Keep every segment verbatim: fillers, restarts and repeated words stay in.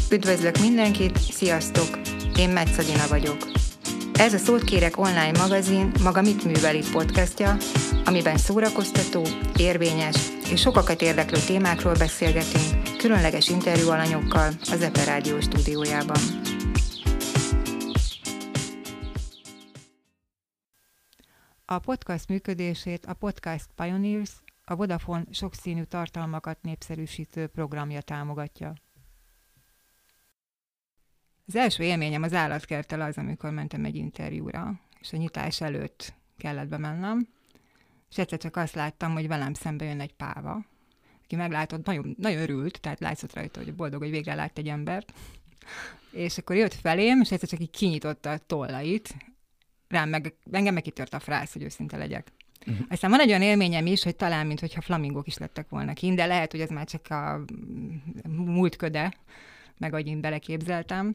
Üdvözlök mindenkit, sziasztok! Én Metsz Adina vagyok. Ez a Szót kérek online magazin Maga mit művel itt podcastja, amiben szórakoztató, érvényes és sokakat érdeklő témákról beszélgetünk különleges interjúalanyokkal az Epe Rádió stúdiójában. A podcast működését a Podcast Pioneers, a Vodafone sokszínű tartalmakat népszerűsítő programja támogatja. Az első élményem az állatkerttel az, amikor mentem egy interjúra, és a nyitás előtt kellett bemennem, és egyszer csak azt láttam, hogy velem szembe jön egy páva, aki meglátott, nagyon, nagyon örült, tehát látszott rajta, hogy boldog, hogy végre lát egy embert, és akkor jött felém, és egyszer csak így kinyitotta a tollait, rám meg, engem megkitört a frász, hogy őszinte legyek. Uh-huh. Aztán van egy olyan élményem is, hogy talán, mintha flamingók is lettek volna kint, de lehet, hogy ez már csak a múlt köde, meg ahogy én beleképzeltem.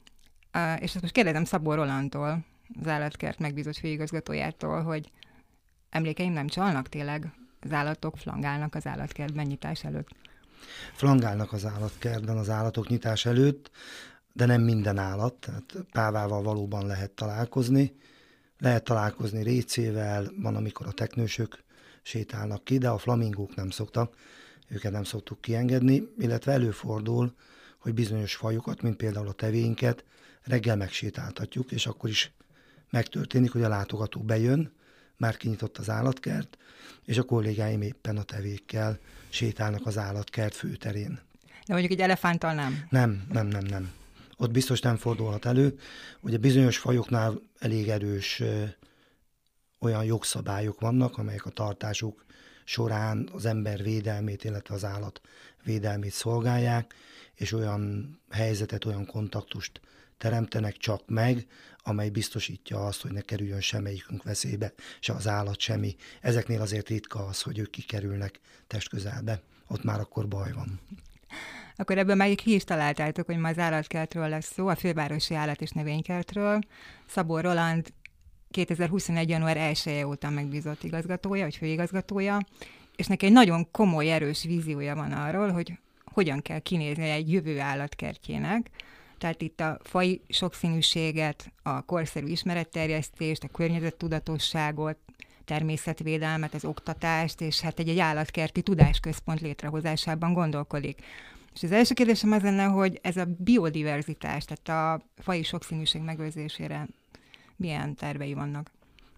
Uh, és ezt most kérdezem Szabó Rolandtól, az állatkert megbízott főigazgatójától, hogy emlékeim nem csalnak tényleg? Az állatok flangálnak az állatkertben nyitás előtt? Flangálnak az állatkertben az állatok nyitás előtt, de nem minden állat, tehát pávával valóban lehet találkozni. Lehet találkozni récével, van, amikor a teknősök sétálnak ki, de a flamingók nem szoktak, őket nem szoktuk kiengedni, illetve előfordul, hogy bizonyos fajokat, mint például a tevéinket, reggel megsétáltatjuk, és akkor is megtörténik, hogy a látogató bejön, már kinyitott az állatkert, és a kollégáim éppen a tevékkel sétálnak az állatkert főterén. De mondjuk egy elefánttal nem? Nem, nem, nem, nem. Ott biztos nem fordulhat elő. Ugye bizonyos fajoknál elég erős ö, olyan jogszabályok vannak, amelyek a tartásuk során az ember védelmét, illetve az állat védelmét szolgálják, és olyan helyzetet, olyan kontaktust teremtenek csak meg, amely biztosítja azt, hogy ne kerüljön semmelyikünk veszélybe, se az állat, semmi. Ezeknél azért ritka az, hogy ők kikerülnek testközelbe. Ott már akkor baj van. Akkor ebből már ki is találtátok, hogy ma az állatkertről lesz szó, a Fővárosi Állat- és Növénykertről. Szabó Roland kétezer-huszonegy. január elseje óta megbízott igazgatója, vagy főigazgatója, és neki egy nagyon komoly, erős víziója van arról, hogy hogyan kell kinézni egy jövő állatkertjének. Tehát itt a faj sokszínűséget, a korszerű ismeretterjesztést, a környezettudatosságot, természetvédelmet, az oktatást, és hát egy, egy állatkerti tudásközpont létrehozásában gondolkodik. És az első kérdésem az lenne, hogy ez a biodiverzitás, tehát a faji sokszínűség megőrzésére milyen tervei vannak?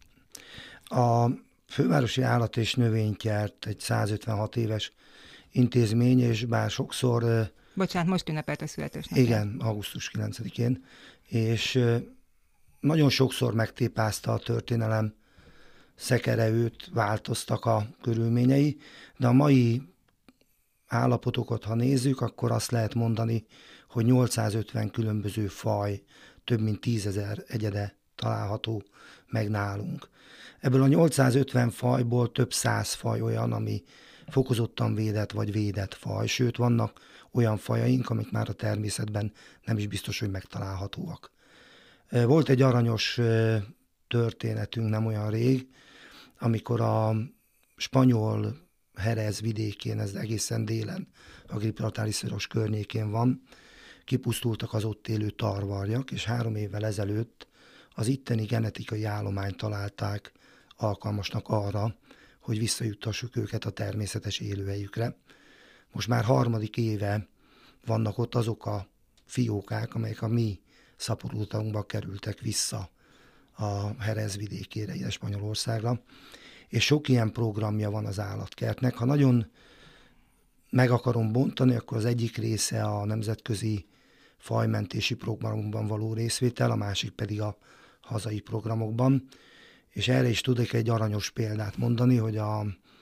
A Fővárosi Állat- és Növénykert egy százötvenhat éves intézmény, és bár sokszor... Bocsánat, most ünnepelt a születésnapját. Igen, augusztus kilencedikén, és nagyon sokszor megtépázta a történelem szekere őt, változtak a körülményei, de a mai állapotokat, ha nézzük, akkor azt lehet mondani, hogy nyolcszázötven különböző faj, több mint tízezer egyede található meg nálunk. Ebből a nyolcszázötven fajból több száz faj olyan, ami fokozottan védett vagy védett faj, sőt vannak olyan fajaink, amik már a természetben nem is biztos, hogy megtalálhatóak. Volt egy aranyos történetünk nem olyan rég, amikor a spanyol Jerez vidékén, ez egészen délen, a Gibraltári-szoros környékén van, kipusztultak az ott élő tarvarjak, és három évvel ezelőtt az itteni genetikai állományt találták alkalmasnak arra, hogy visszajuttassuk őket a természetes élőhelyükre. Most már harmadik éve vannak ott azok a fiókák, amelyek a mi szaporulatunkba kerültek vissza a Jerez vidékére, ide Spanyolországra, és sok ilyen programja van az állatkertnek. Ha nagyon meg akarom bontani, akkor az egyik része a nemzetközi fajmentési programokban való részvétel, a másik pedig a hazai programokban, és erre is tudok egy aranyos példát mondani, hogy a,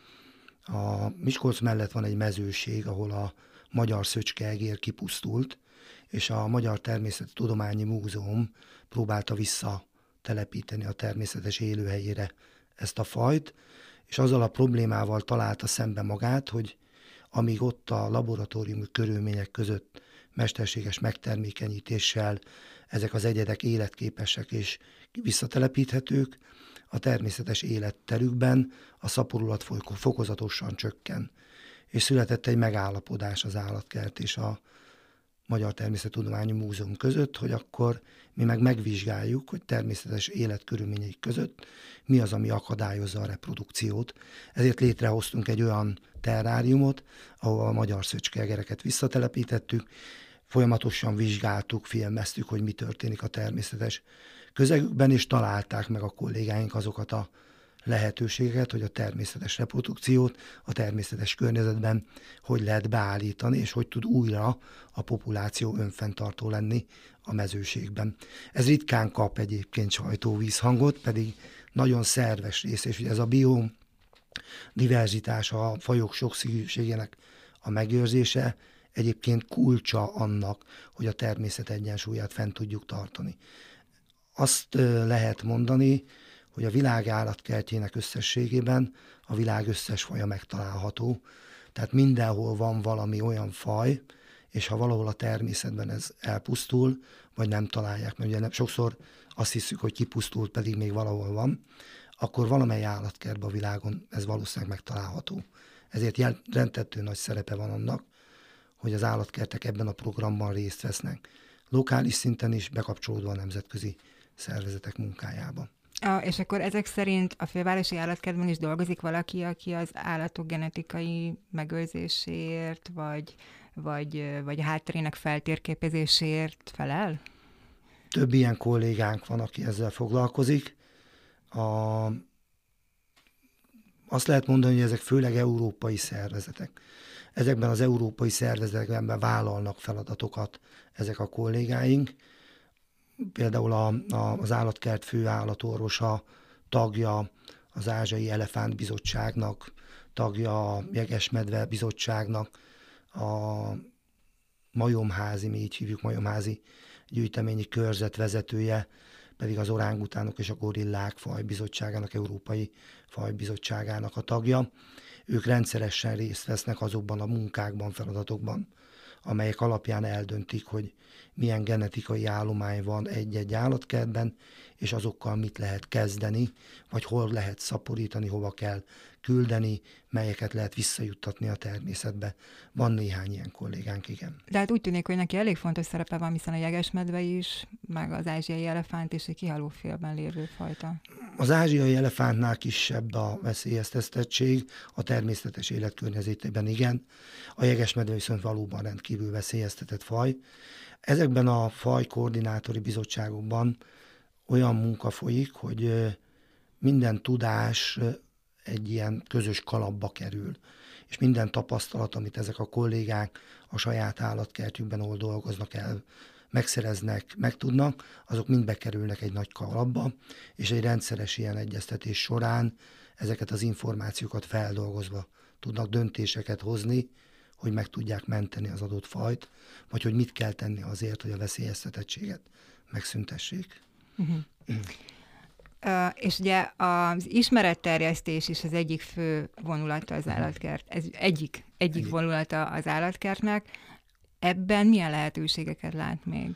a Miskolc mellett van egy mezőség, ahol a magyar szöcskeegér kipusztult, és a Magyar Természettudományi Múzeum próbálta visszatelepíteni a természetes élőhelyére ezt a fajt, és azzal a problémával találta szembe magát, hogy amíg ott a laboratóriumi körülmények között mesterséges megtermékenyítéssel ezek az egyedek életképesek és visszatelepíthetők, a természetes életterükben a szaporulat fokozatosan csökken. És született egy megállapodás az állatkert és a Magyar Természettudományi Múzeum között, hogy akkor mi meg megvizsgáljuk, hogy természetes életkörülményeik között mi az, ami akadályozza a reprodukciót. Ezért létrehoztunk egy olyan terráriumot, ahol a magyar szöcskeegereket visszatelepítettük, folyamatosan vizsgáltuk, filmeztük, hogy mi történik a természetes közegükben, és találták meg a kollégáink azokat a lehetőségeket, hogy a természetes reprodukciót a természetes környezetben hogy lehet beállítani, és hogy tud újra a populáció önfenntartó lenni a mezőségben. Ez ritkán kap egyébként sajtóvízhangot, pedig nagyon szerves rész, és ugye ez a biodiverzitás, a fajok sokszínűségének a megőrzése egyébként kulcsa annak, hogy a természet egyensúlyát fent tudjuk tartani. Azt lehet mondani, hogy a világ állatkertjének összességében a világ összes faja megtalálható. Tehát mindenhol van valami olyan faj, és ha valahol a természetben ez elpusztul, vagy nem találják, mert ugye nem, sokszor azt hiszük, hogy kipusztult, pedig még valahol van, akkor valamely állatkertben a világon ez valószínűleg megtalálható. Ezért rendtető nagy szerepe van annak, hogy az állatkertek ebben a programban részt vesznek. Lokális szinten is bekapcsolódva a nemzetközi szervezetek munkájába. Ah, és akkor ezek szerint a fővárosi állatkertben is dolgozik valaki, aki az állatok genetikai megőrzéséért, vagy, vagy, vagy a hátterének feltérképezéséért felel? Több ilyen kollégánk van, aki ezzel foglalkozik. A... Azt lehet mondani, hogy ezek főleg európai szervezetek. Ezekben az európai szervezetekben vállalnak feladatokat ezek a kollégáink. Például a, a, az állatkert főállatorvosa, tagja az Ázsiai Elefánt Bizottságnak, tagja a Jegesmedve Bizottságnak, a majomházi, mi így hívjuk, majomházi gyűjteményi körzet vezetője, pedig az orángutánok és a gorillák fajbizottságának, Európai Fajbizottságának a tagja. Ők rendszeresen részt vesznek azokban a munkákban, feladatokban, amelyek alapján eldöntik, hogy milyen genetikai állomány van egy-egy állatkertben, és azokkal mit lehet kezdeni, vagy hol lehet szaporítani, hova kell küldeni, melyeket lehet visszajuttatni a természetbe. Van néhány ilyen kollégánk, igen. De hát úgy tűnik, hogy neki elég fontos szerepe van, hiszen a jegesmedve is, meg az ázsiai elefánt is egy kihalófélben lévő fajta. Az ázsiai elefántnál kisebb a veszélyeztetettség, a természetes életkörnyezetében igen, a jegesmedve viszont valóban rendkívül veszélyeztetett faj. Ezekben a fajkoordinátori bizottságokban olyan munka folyik, hogy minden tudás egy ilyen közös kalapba kerül, és minden tapasztalat, amit ezek a kollégák a saját állatkertjükben, ahol dolgoznak el, megszereznek, megtudnak, azok mind bekerülnek egy nagy kalapba, és egy rendszeres ilyen egyeztetés során ezeket az információkat feldolgozva tudnak döntéseket hozni, hogy meg tudják menteni az adott fajt, vagy hogy mit kell tenni azért, hogy a veszélyeztetettséget megszüntessék. Uh-huh. Uh. Uh, és ugye az ismeretterjesztés is az egyik fő vonulata az állatkert, ez egyik, egyik, egyik vonulata az állatkertnek. Ebben milyen lehetőségeket lát még?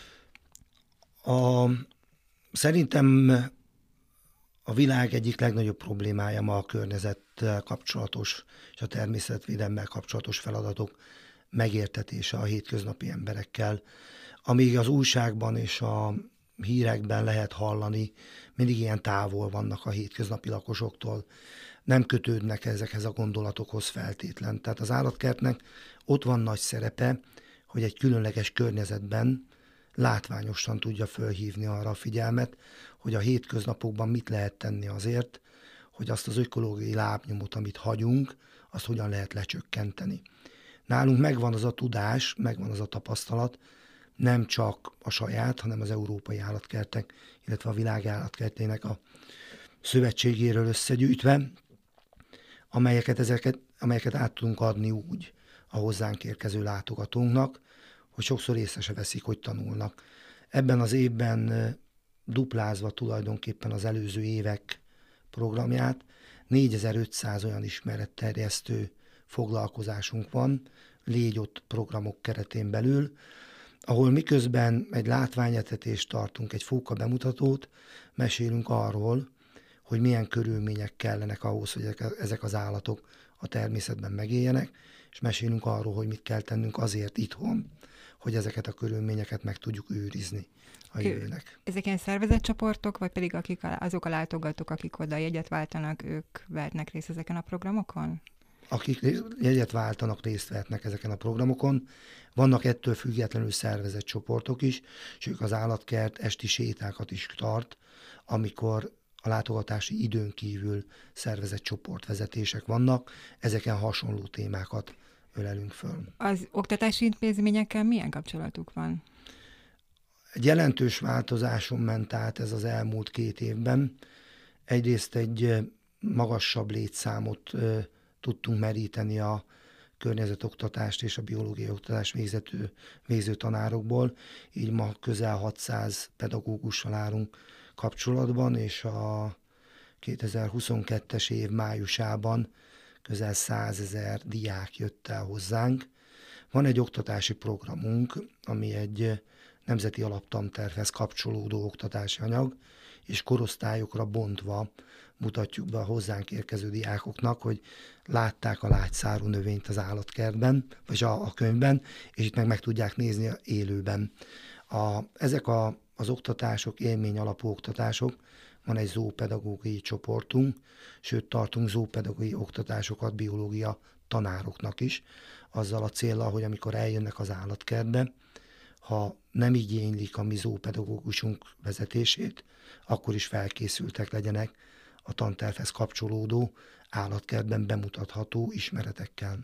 A, szerintem a világ egyik legnagyobb problémája ma a környezettel kapcsolatos és a természetvédelemmel kapcsolatos feladatok megértetése a hétköznapi emberekkel. Amíg az újságban és a hírekben lehet hallani, mindig ilyen távol vannak a hétköznapi lakosoktól, nem kötődnek ezekhez a gondolatokhoz feltétlen. Tehát az állatkertnek ott van nagy szerepe, hogy egy különleges környezetben látványosan tudja fölhívni arra a figyelmet, hogy a hétköznapokban mit lehet tenni azért, hogy azt az ökológiai lábnyomot, amit hagyunk, azt hogyan lehet lecsökkenteni. Nálunk megvan az a tudás, megvan az a tapasztalat, nem csak a saját, hanem az európai állatkertek, illetve a világ állatkertének a szövetségéről összegyűjtve, amelyeket, ezeket, amelyeket át tudunk adni úgy a hozzánk érkező látogatónknak, hogy sokszor észre se veszik, hogy tanulnak. Ebben az évben duplázva tulajdonképpen az előző évek programját, négyezer-ötszáz olyan ismeretterjesztő foglalkozásunk van, légy ott programok keretén belül, ahol miközben egy látványetetést tartunk, egy fóka bemutatót, mesélünk arról, hogy milyen körülmények kellenek ahhoz, hogy ezek az állatok a természetben megéljenek, és mesélünk arról, hogy mit kell tennünk azért itthon, hogy ezeket a körülményeket meg tudjuk őrizni a jövőnek. Ezek ilyen szervezett csoportok, vagy pedig akik, azok a látogatók, akik oda jegyet váltanak, ők vehetnek részt ezeken a programokon? Akik jegyet váltanak, részt vehetnek ezeken a programokon. Vannak ettől függetlenül szervezett csoportok is, és ők az állatkert esti sétákat is tart, amikor a látogatási időn kívül szervezett csoportvezetések vannak, ezeken hasonló témákat ölelünk föl. Az oktatási intézményekkel milyen kapcsolatuk van? Egy jelentős változáson ment át ez az elmúlt két évben. Egyrészt egy magasabb létszámot tudtunk meríteni a környezetoktatást és a biológiai oktatást végzető, végző tanárokból, így ma közel hatszáz pedagógussal állunk kapcsolatban, és a kétezer-huszonkettes év májusában közel százezer diák jött el hozzánk. Van egy oktatási programunk, ami egy nemzeti alaptantervhez kapcsolódó oktatási anyag, és korosztályokra bontva mutatjuk be a hozzánk érkező diákoknak, hogy látták a lágyszárú növényt az állatkertben, vagy a, a könyvben, és itt meg meg tudják nézni élőben. A, ezek a, az oktatások, élmény alapú oktatások, van egy zoopedagógiai csoportunk, sőt tartunk zoopedagógiai oktatásokat biológia tanároknak is, azzal a céllal, hogy amikor eljönnek az állatkertbe, ha nem igénylik a mi zoopedagógusunk vezetését, akkor is felkészültek legyenek a tantervhez kapcsolódó állatkertben bemutatható ismeretekkel.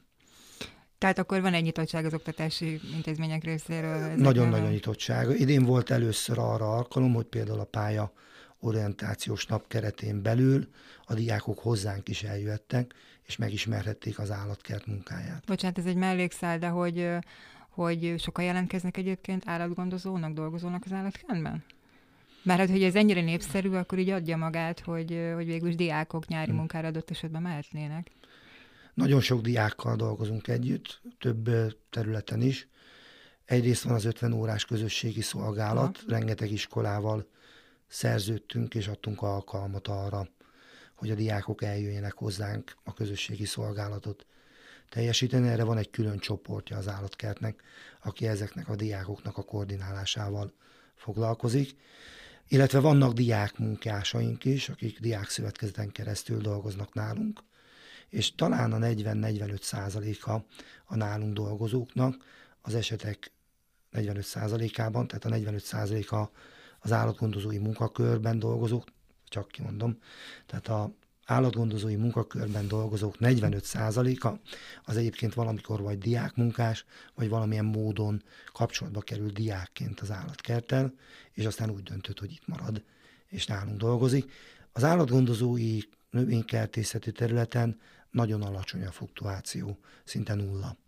Tehát akkor van egy nyitottság az oktatási intézmények részéről? Nagyon nagy a nyitottság. Idén volt először arra alkalom, hogy például a pálya orientációs nap keretén belül a diákok hozzánk is eljöttek, és megismerhették az állatkert munkáját. Bocsánat, ez egy mellékszál, de hogy, hogy sokan jelentkeznek egyébként állatgondozónak, dolgozónak az állatkertben? Mert hát, hogy ez ennyire népszerű, akkor így adja magát, hogy, hogy végül is diákok nyári hmm. munkára adott esetben mehetnének. Nagyon sok diákkal dolgozunk együtt, több területen is. Egyrészt van az ötven órás közösségi szolgálat, ha. rengeteg iskolával szerződtünk és adtunk alkalmat arra, hogy a diákok eljöjjenek hozzánk a közösségi szolgálatot teljesíteni. Erre van egy külön csoportja az állatkertnek, aki ezeknek a diákoknak a koordinálásával foglalkozik. Illetve vannak diákmunkásaink is, akik diákszövetkezeten keresztül dolgoznak nálunk, és talán a negyven-negyvenöt százaléka a nálunk dolgozóknak az esetek negyvenöt százalékában, tehát a negyvenöt százaléka az állatgondozói munkakörben dolgozók, csak kimondom, tehát a állatgondozói munkakörben dolgozók negyvenöt százaléka az egyébként valamikor vagy diákmunkás, vagy valamilyen módon kapcsolatba kerül diákként az állatkerttel, és aztán úgy döntött, hogy itt marad, és nálunk dolgozik. Az állatgondozói növénykertészeti területen nagyon alacsony a fluktuáció, szinte nulla.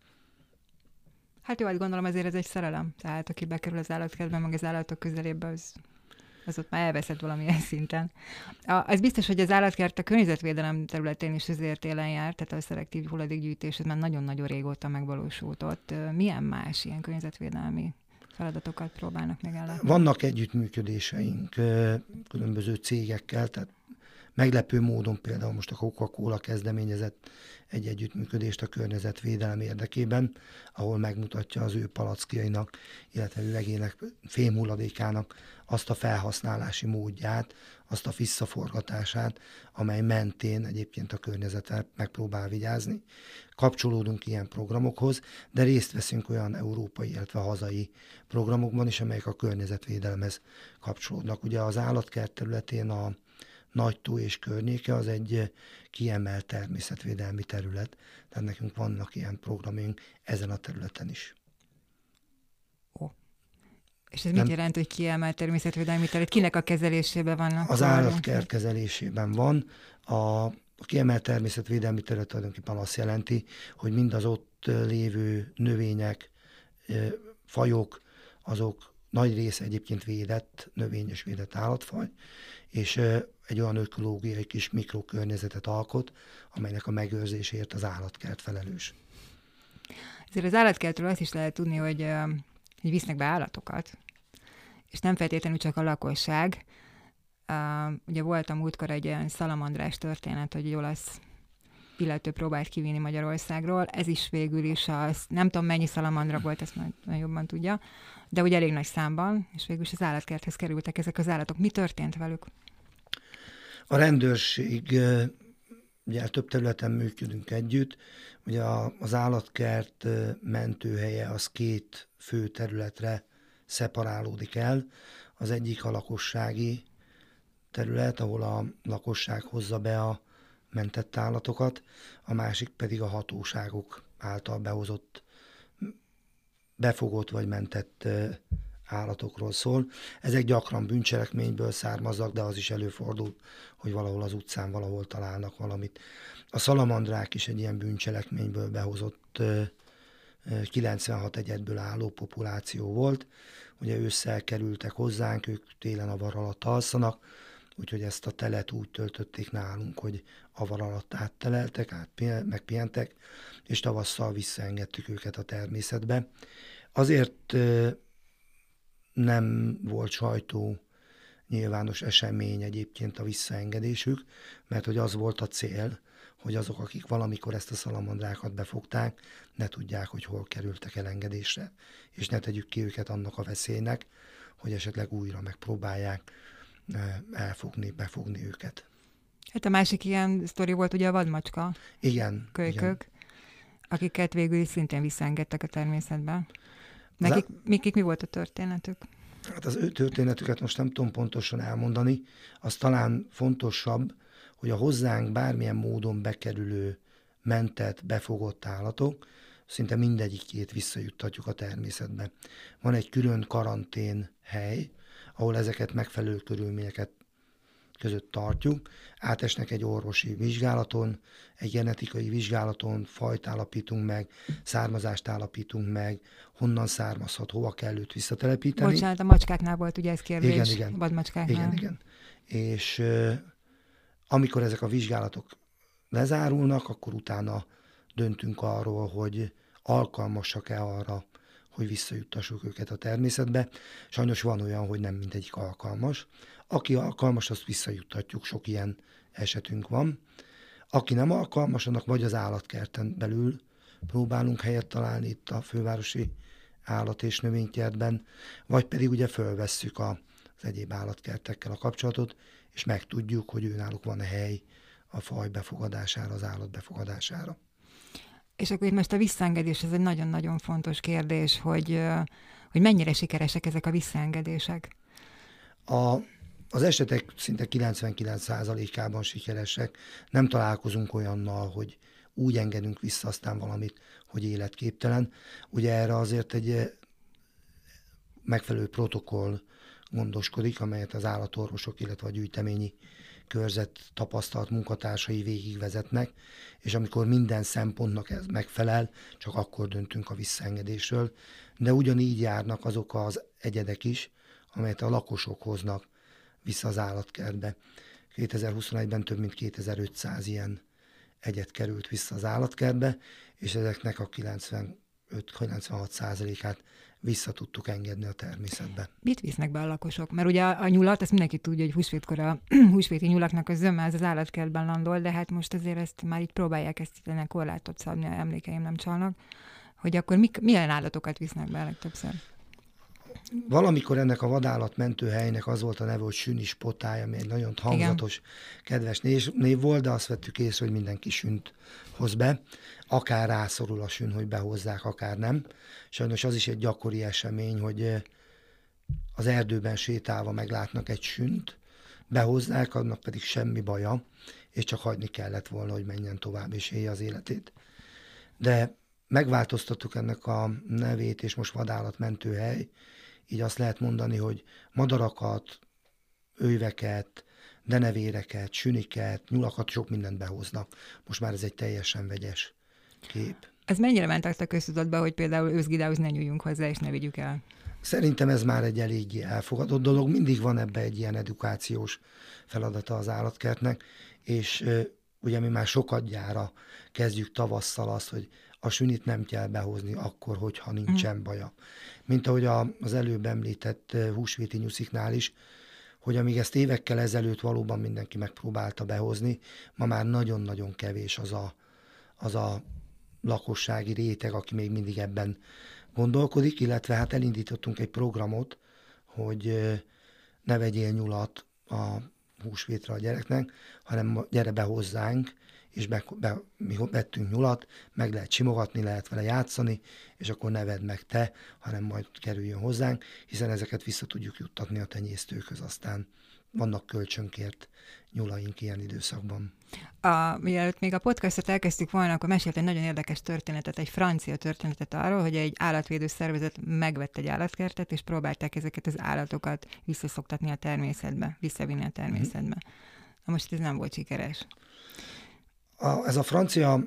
Hát jó, hát gondolom azért ez egy szerelem. Tehát aki bekerül az állatkertbe, meg az állatok közelébe, az, az ott már elveszett valamilyen szinten. A, az biztos, hogy az állatkert a környezetvédelem területén is azért élen jár, tehát a szelektív hulladékgyűjtés, ez már nagyon-nagyon régóta megvalósult ott. Milyen más ilyen környezetvédelmi feladatokat próbálnak még ellátni? Vannak együttműködéseink különböző cégekkel, tehát meglepő módon például most a Coca-Cola kezdeményezett egy együttműködést a környezetvédelem érdekében, ahol megmutatja az ő palackjainak, illetve üvegének, fémhulladékának azt a felhasználási módját, azt a visszaforgatását, amely mentén egyébként a környezetet megpróbál vigyázni. Kapcsolódunk ilyen programokhoz, de részt veszünk olyan európai, illetve hazai programokban is, amelyek a környezetvédelemhez kapcsolódnak. Ugye az állatkert területén a Nagytó és környéke az egy kiemelt természetvédelmi terület, tehát nekünk vannak ilyen programjaink ezen a területen is. Ó. És ez Nem. mit jelent, hogy kiemelt természetvédelmi terület? Kinek a kezelésében vannak? Az állatkert kezelésében van. A kiemelt természetvédelmi terület tulajdonképpen azt jelenti, hogy mind az ott lévő növények, fajok, azok nagy része egyébként védett növény és védett állatfaj, és egy olyan ökológiai kis mikrokörnyezetet alkot, amelynek a megőrzéséért az állatkert felelős. Ezért az állatkertről azt is lehet tudni, hogy, hogy visznek be állatokat, és nem feltétlenül csak a lakosság. Ugye volt a múltkor egy olyan szalamandrás történet, hogy egy olasz illető próbált kivinni Magyarországról. Ez is végül is az, nem tudom mennyi szalamandra volt, ezt majd nagyon jobban tudja, de ugye elég nagy számban, és végül is az állatkerthez kerültek ezek az állatok. Mi történt velük? A rendőrség, ugye több területen működünk együtt, ugye az állatkert mentőhelye az két fő területre szeparálódik el. Az egyik a lakossági terület, ahol a lakosság hozza be a mentett állatokat, a másik pedig a hatóságok által behozott, befogott vagy mentett állatokról szól. Ezek gyakran bűncselekményből származnak, de az is előfordul, hogy valahol az utcán valahol találnak valamit. A szalamandrák is egy ilyen bűncselekményből behozott kilencvenhat egyedből álló populáció volt. Ugye ősszel kerültek hozzánk, ők télen avar alatt alszanak, úgyhogy ezt a telet úgy töltötték nálunk, hogy avar alatt átteleltek, át, megpihentek, és tavasszal visszaengedtük őket a természetbe. Azért nem volt sajtó nyilvános esemény egyébként a visszaengedésük, mert hogy az volt a cél, hogy azok, akik valamikor ezt a szalamandrákat befogták, ne tudják, hogy hol kerültek elengedésre, és ne tegyük ki őket annak a veszélynek, hogy esetleg újra megpróbálják elfogni, befogni őket. Hát a másik ilyen sztori volt ugye a vadmacska. Igen. Kölykök, igen. akiket végül is szintén visszaengedtek a természetbe. Nekik, mikik mi volt a történetük? Hát az ő történetüket most nem tudom pontosan elmondani, az talán fontosabb, hogy a hozzánk bármilyen módon bekerülő, mentett, befogott állatok, szinte mindegyikét visszajuttatjuk a természetbe. Van egy külön karantén hely, ahol ezeket megfelelő körülményeket között tartjuk, átesnek egy orvosi vizsgálaton, egy genetikai vizsgálaton, fajt állapítunk meg, származást állapítunk meg, honnan származhat, hova kell őt visszatelepíteni. Bocsánat, a macskáknál volt ugye ez kérdés, igen, igen. vadmacskáknál. Igen, igen. És uh, amikor ezek a vizsgálatok lezárulnak, akkor utána döntünk arról, hogy alkalmasak-e arra, hogy visszajuttassuk őket a természetbe. Sajnos van olyan, hogy nem mindegyik alkalmas. Aki alkalmas, azt visszajuttatjuk, sok ilyen esetünk van. Aki nem alkalmas, annak vagy az állatkerten belül próbálunk helyet találni itt a fővárosi állat- és növénykertben, vagy pedig ugye fölvesszük az egyéb állatkertekkel a kapcsolatot, és megtudjuk, hogy őnáluk van-e hely a faj befogadására, az állat befogadására. És akkor itt most a visszaengedés, ez egy nagyon-nagyon fontos kérdés, hogy, hogy mennyire sikeresek ezek a visszaengedések? A, az esetek szinte kilencvenkilenc százalékában sikeresek. Nem találkozunk olyannal, hogy úgy engedünk vissza aztán valamit, hogy életképtelen. Ugye erre azért egy megfelelő protokoll gondoskodik, amelyet az állatorvosok, illetve a gyűjteményi körzet tapasztalt munkatársai végigvezetnek, és amikor minden szempontnak ez megfelel, csak akkor döntünk a visszaengedésről. De ugyanígy járnak azok az egyedek is, amelyet a lakosok hoznak vissza az állatkertbe. kétezer-huszonegyben több mint kétezer-ötszáz ilyen egyed került vissza az állatkertbe, és ezeknek a kilencvenöt-kilencvenhat százalékát vissza tudtuk engedni a természetbe. Mit visznek be a lakosok? Mert ugye a, a nyulat, ezt mindenki tudja, hogy húsvétkor a húsvéti nyulaknak a zöme az az állatkertben landol, de hát most azért ezt már így próbálják ezt ennek korlátot szabni, emlékeim nem csalnak, hogy akkor mik, milyen állatokat visznek be legtöbbször? Valamikor ennek a vadállatmentőhelynek az volt a neve, hogy Sünis Potály, ami egy nagyon hangzatos, igen, kedves név volt, de azt vettük észre, hogy mindenki sünt hoz be. Akár rászorul a sün, hogy behozzák, akár nem. Sajnos az is egy gyakori esemény, hogy az erdőben sétálva meglátnak egy sünt, behozzák, annak pedig semmi baja, és csak hagyni kellett volna, hogy menjen tovább és élje az életét. De megváltoztattuk ennek a nevét, és most vadállatmentőhely, így azt lehet mondani, hogy madarakat, őveket, denevéreket, süniket, nyulakat, sok mindent behoznak. Most már ez egy teljesen vegyes kép. Ez mennyire ment azt a köztudatba, hogy például őszgidához ne nyúljunk hozzá, és ne vigyük el? Szerintem ez már egy eléggé elfogadott dolog. Mindig van ebbe egy ilyen edukációs feladata az állatkertnek, és uh, ugye mi már sokadjára kezdjük tavasszal azt, hogy a sünit nem kell behozni akkor, hogyha nincsen mm. baja. Mint ahogy a, az előbb említett húsvéti nyusziknál is, hogy amíg ezt évekkel ezelőtt valóban mindenki megpróbálta behozni, ma már nagyon-nagyon kevés az a az a lakossági réteg, aki még mindig ebben gondolkodik, illetve hát elindítottunk egy programot, hogy ne vegyél nyulat a húsvétra a gyereknek, hanem gyere be hozzánk, és be, be, mi vettünk nyulat, meg lehet simogatni, lehet vele játszani, és akkor ne vedd meg te, hanem majd kerüljön hozzánk, hiszen ezeket vissza tudjuk juttatni a tenyésztőkhöz, aztán vannak kölcsönkért nyulaink ilyen időszakban. A, mielőtt még a podcastot elkezdtük volna, akkor mesélt egy nagyon érdekes történetet, egy francia történetet arról, hogy egy állatvédő szervezet megvett egy állatkertet, és próbálták ezeket az állatokat visszaszoktatni a természetbe, visszavinni a természetbe. Mm. Na most ez nem volt sikeres. A, ez a francia,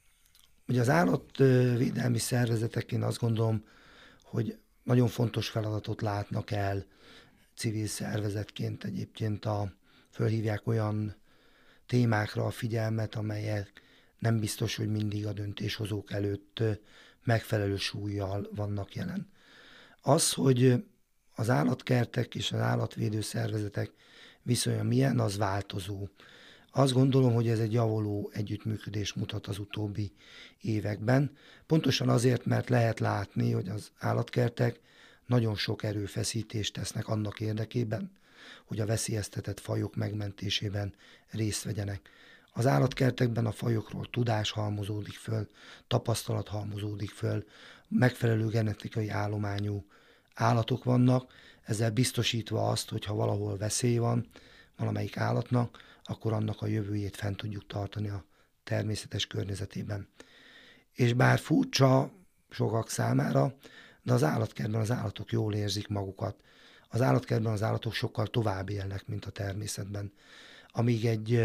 ugye az állatvédelmi szervezetek, én azt gondolom, hogy nagyon fontos feladatot látnak el civil szervezetként. Egyébként a, fölhívják olyan témákra a figyelmet, amelyek nem biztos, hogy mindig a döntéshozók előtt megfelelő súllyal vannak jelen. Az, hogy az állatkertek és az állatvédő szervezetek viszonya milyen, az változó. Azt gondolom, hogy ez egy javuló együttműködés mutat az utóbbi években. Pontosan azért, mert lehet látni, hogy az állatkertek nagyon sok erőfeszítést tesznek annak érdekében, hogy a veszélyeztetett fajok megmentésében részt vegyenek. Az állatkertekben a fajokról tudás halmozódik föl, tapasztalat halmozódik föl, megfelelő genetikai állományú állatok vannak, ezzel biztosítva azt, hogy ha valahol veszély van valamelyik állatnak, akkor annak a jövőjét fent tudjuk tartani a természetes környezetében. És bár furcsa sokak számára, de az állatkertben az állatok jól érzik magukat. Az állatkertben az állatok sokkal tovább élnek, mint a természetben. Amíg egy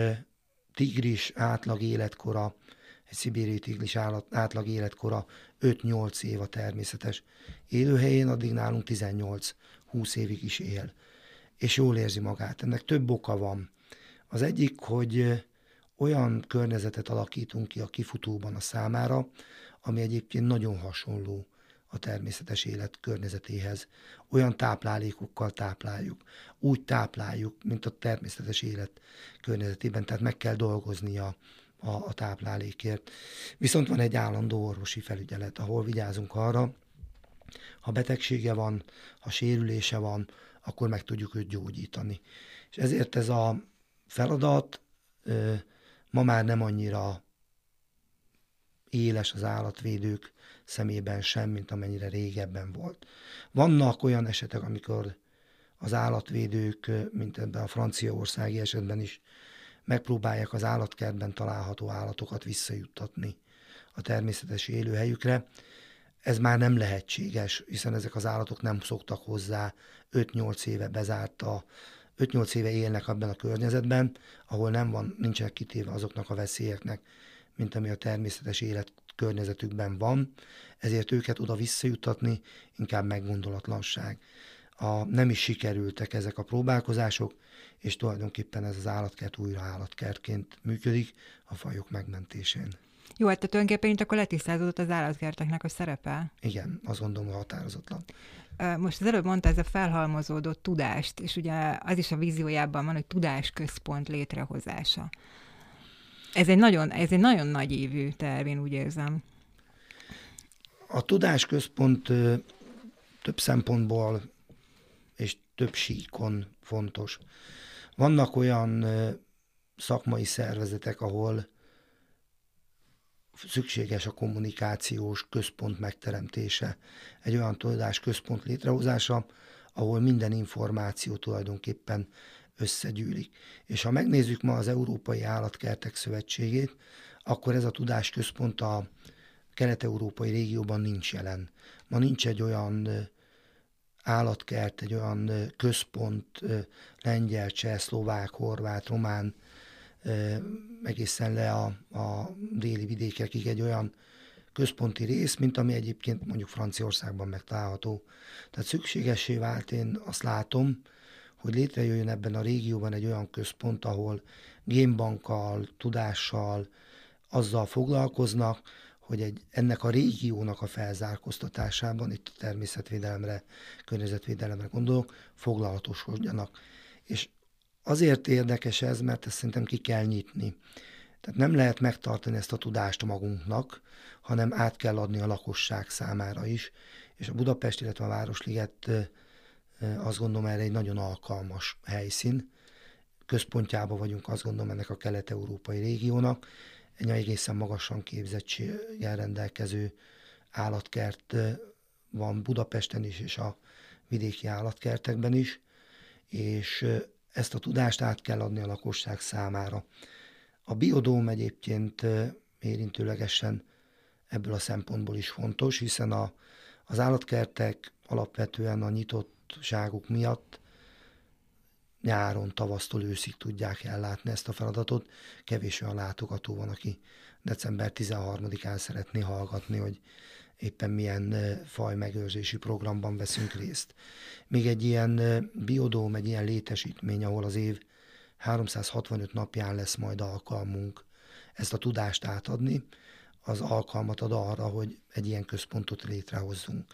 tigris átlag életkora, egy szibériai tigris állat, átlag életkora öt-nyolc év a természetes élőhelyén, addig nálunk tizennyolc-húsz évig is él. És jól érzi magát. Ennek több oka van. Az egyik, hogy olyan környezetet alakítunk ki a kifutóban a számára, ami egyébként nagyon hasonló a természetes élet környezetéhez. Olyan táplálékokkal tápláljuk, úgy tápláljuk, mint a természetes élet környezetében, tehát meg kell dolgoznia a, a táplálékért. Viszont van egy állandó orvosi felügyelet, ahol vigyázunk arra, ha betegsége van, ha sérülése van, akkor meg tudjuk őt gyógyítani. És ezért ez a feladat ö, ma már nem annyira éles az állatvédők szemében sem, mint amennyire régebben volt. Vannak olyan esetek, amikor az állatvédők, mint ebben a franciaországi esetben is, megpróbálják az állatkertben található állatokat visszajuttatni a természetes élőhelyükre. Ez már nem lehetséges, hiszen ezek az állatok nem szoktak hozzá, öt-nyolc éve bezárt a öt-nyolc éve élnek abban a környezetben, ahol nem van, nincsenek kitéve azoknak a veszélyeknek, mint ami a természetes élet környezetükben van, ezért őket oda visszajutatni inkább meggondolatlanság. A, nem is sikerültek ezek a próbálkozások, és tulajdonképpen ez az állatkert újra állatkertként működik a fajok megmentésén. Jó, hát tulajdonképpen itt akkor letisztázódott az állatkerteknek a szerepe. Igen, azt gondolom határozatlan. Most az előbb mondta ez a felhalmozódott tudást, és ugye az is a víziójában van, hogy tudásközpont létrehozása. Ez egy nagyon, ez egy nagyon nagy évű terv, én úgy érzem. A tudásközpont több szempontból és több síkon fontos. Vannak olyan szakmai szervezetek, ahol szükséges a kommunikációs központ megteremtése, egy olyan tudásközpont létrehozása, ahol minden információ tulajdonképpen összegyűlik. És ha megnézzük ma az Európai Állatkertek Szövetségét, akkor ez a tudásközpont a kelet-európai régióban nincs jelen. Ma nincs egy olyan állatkert, egy olyan központ, lengyel, cseh, szlovák, horvát, román, egészen le a, a déli vidékekig egy olyan központi rész, mint ami egyébként mondjuk Franciaországban megtalálható. Tehát szükségessé vált, én azt látom, hogy létrejöjjön ebben a régióban egy olyan központ, ahol génbankkal, tudással, azzal foglalkoznak, hogy egy, ennek a régiónak a felzárkóztatásában, itt a természetvédelemre, környezetvédelemre gondolok, foglalatosodjanak. És azért érdekes ez, mert ezt szerintem ki kell nyitni. Tehát nem lehet megtartani ezt a tudást magunknak, hanem át kell adni a lakosság számára is. És a Budapest, illetve a Városliget azt gondolom erre egy nagyon alkalmas helyszín. Központjában vagyunk, azt gondolom, ennek a kelet-európai régiónak. Egy egészen magasan képzettséggel rendelkező állatkert van Budapesten is, és a vidéki állatkertekben is, és ezt a tudást át kell adni a lakosság számára. A biodóm egyébként érintőlegesen ebből a szempontból is fontos, hiszen a, az állatkertek alapvetően a nyitottságuk miatt nyáron, tavasztól őszig tudják ellátni ezt a feladatot. Kevés olyan látogató van, aki december tizenharmadikán szeretné hallgatni, hogy éppen milyen fajmegőrzési programban veszünk részt. Még egy ilyen biodóm, egy ilyen létesítmény, ahol az év háromszázhatvanöt napján lesz majd alkalmunk ezt a tudást átadni, az alkalmat ad arra, hogy egy ilyen központot létrehozzunk.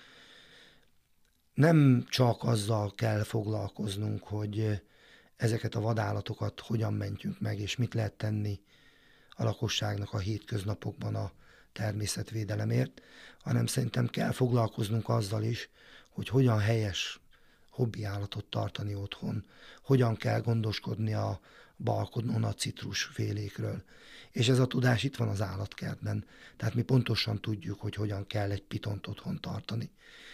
Nem csak azzal kell foglalkoznunk, hogy ezeket a vadállatokat hogyan mentjünk meg, és mit lehet tenni a lakosságnak a hétköznapokban a természetvédelemért, hanem szerintem kell foglalkoznunk azzal is, hogy hogyan helyes hobbi állatot tartani otthon, hogyan kell gondoskodni a balkonon a citrusfélékről. És ez a tudás itt van az állatkertben. Tehát mi pontosan tudjuk, hogy hogyan kell egy pitont otthon tartani.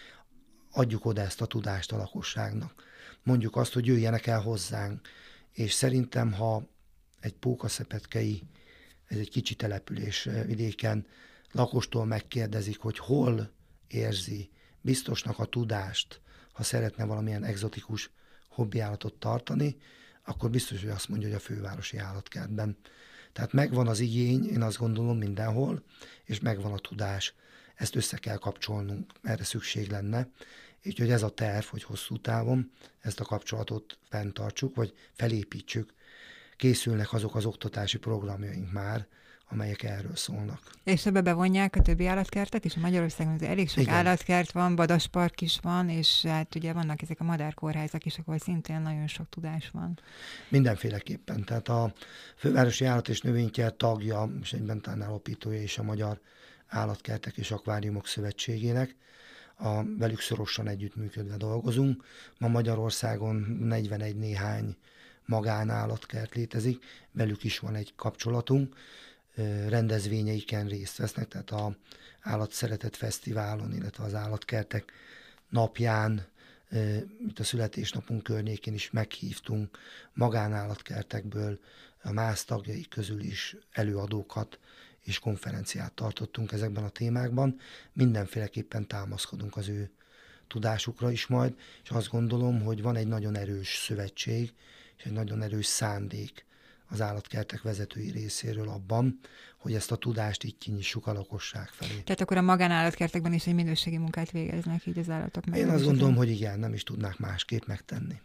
Adjuk oda ezt a tudást a lakosságnak. Mondjuk azt, hogy jöjjenek el hozzánk. És szerintem, ha egy pókaszepetkei, ez egy kicsi település vidéken, lakostól megkérdezik, hogy hol érzi biztosnak a tudást, ha szeretne valamilyen egzotikus hobbiállatot tartani, akkor biztos, hogy azt mondja, hogy a fővárosi állatkertben. Tehát megvan az igény, én azt gondolom mindenhol, és megvan a tudás. Ezt össze kell kapcsolnunk, erre szükség lenne. Úgyhogy ez a terv, hogy hosszú távon ezt a kapcsolatot fenntartsuk, vagy felépítsük. Készülnek azok az oktatási programjaink már, amelyek erről szólnak. És ebbe bevonják a többi állatkertet is? Magyarországon elég sok Igen. állatkert van, vadaspark is van, és hát ugye vannak ezek a madárkórházak is, ahol szintén nagyon sok tudás van. Mindenféleképpen. Tehát a Fővárosi Állat- és Növénykert tagja, és egyben talán alapítója is a Magyar Állatkertek és Akváriumok Szövetségének. A, velük szorosan együttműködve dolgozunk. Ma Magyarországon negyvenegy néhány magánállatkert létezik, velük is van egy kapcsolatunk, rendezvényeiken részt vesznek, tehát a Állatszeretet Fesztiválon, illetve az állatkertek napján, mint a születésnapunk környékén is meghívtunk magánállatkertekből, a MÁSZ tagjai közül is előadókat és konferenciát tartottunk ezekben a témákban. Mindenféleképpen támaszkodunk az ő tudásukra is majd, és azt gondolom, hogy van egy nagyon erős szövetség, és egy nagyon erős szándék az állatkertek vezetői részéről abban, hogy ezt a tudást így kinyissuk a lakosság felé. Tehát akkor a magánállatkertekben is egy minőségi munkát végeznek így az állatok meg. Én azt gondolom, hogy igen, nem is tudnák másképp megtenni.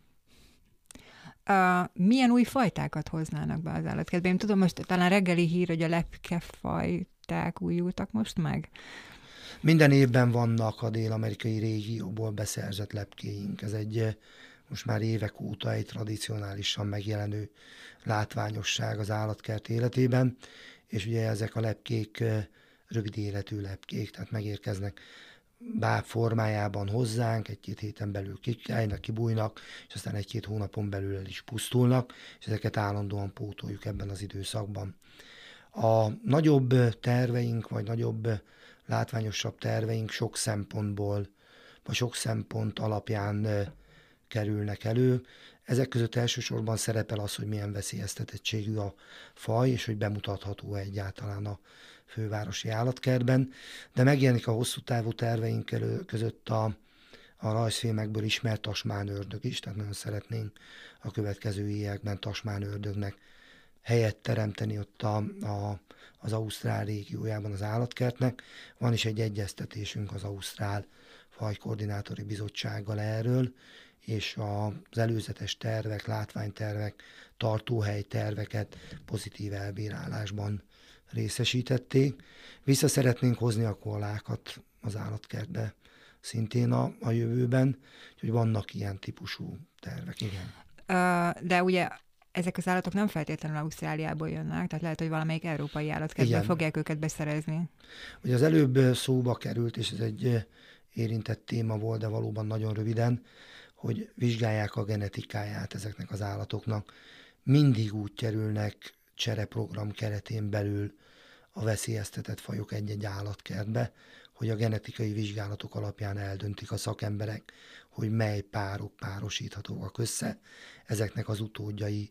Uh, milyen új fajtákat hoznának be az állatkertbe? Én tudom, most talán reggeli hír, hogy a lepkefajták újultak most meg. Minden évben vannak a dél-amerikai régióból beszerzett lepkéink. Ez egy most már évek óta egy tradicionálisan megjelenő látványosság az állatkert életében, és ugye ezek a lepkék rövid életű lepkék, tehát megérkeznek báb formájában hozzánk, egy-két héten belül kikelnek, kibújnak, és aztán egy-két hónapon belül el is pusztulnak, és ezeket állandóan pótoljuk ebben az időszakban. A nagyobb terveink, vagy nagyobb látványosabb terveink sok szempontból, vagy sok szempont alapján kerülnek elő. Ezek között elsősorban szerepel az, hogy milyen veszélyeztetettségű a faj, és hogy bemutatható egyáltalán a fővárosi állatkertben, de megjelenik a hosszú távú terveink elő között a, a rajzfilmekből ismert tasmánördög is, tehát nagyon szeretnénk a következő években tasmánördögnek helyet teremteni ott a, a, az ausztrál régiójában az állatkertnek. Van is egy egyeztetésünk az Ausztrál Fajkoordinátori Bizottsággal erről, és az előzetes tervek, látványtervek, tartóhelyterveket pozitív elbírálásban részesítették. Vissza szeretnénk hozni a kollákat az állatkertbe szintén a, a jövőben, úgyhogy vannak ilyen típusú tervek, igen. De ugye ezek az állatok nem feltétlenül Ausztráliából jönnek, tehát lehet, hogy valamelyik európai állatkertben fogják őket beszerezni. Ugye az előbb szóba került, és ez egy érintett téma volt, de valóban nagyon röviden, hogy vizsgálják a genetikáját ezeknek az állatoknak. Mindig úgy kerülnek csereprogram keretén belül a veszélyeztetett fajok egy-egy állatkertbe, hogy a genetikai vizsgálatok alapján eldöntik a szakemberek, hogy mely párok párosíthatóak össze, ezeknek az utódjai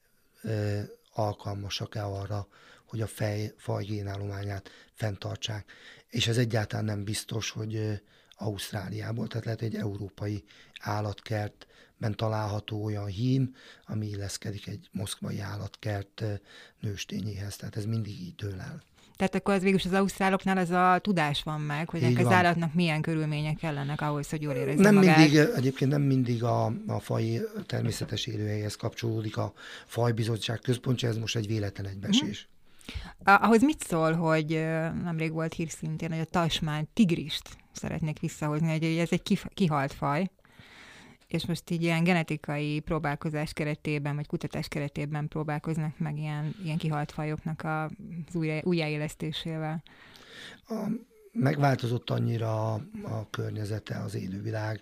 ö, alkalmasak-e arra, hogy a fej, faj génállományát fenntartsák. És ez egyáltalán nem biztos, hogy ö, Ausztráliából, tehát lehet egy európai állatkertben található olyan hím, ami illeszkedik egy moszkvai állatkert ö, nőstényéhez, tehát ez mindig így dől el. Tehát akkor az végülis az ausztráloknál az a tudás van meg, hogy ennek az állatnak milyen körülmények kellenek ahhoz, hogy jól érezze nem magát. Mindig, egyébként nem mindig a, a faj természetes élőhelyhez kapcsolódik a fajbizottság központja, ez most egy véletlen egybeesés. Uh-huh. Ahhoz mit szól, hogy nemrég volt hír szintén, hogy a tasmán tigrist szeretnék visszahozni, hogy ez egy kif- kihalt faj, és most így ilyen genetikai próbálkozás keretében, vagy kutatás keretében próbálkoznak meg ilyen, ilyen kihalt fajoknak az újra, újjáélesztésével. A, megváltozott annyira a, a környezete, az élővilág,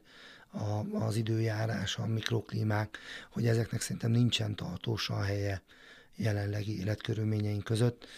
a, az időjárás, a mikroklímák, hogy ezeknek szerintem nincsen tartósan helye jelenlegi életkörülményeink között.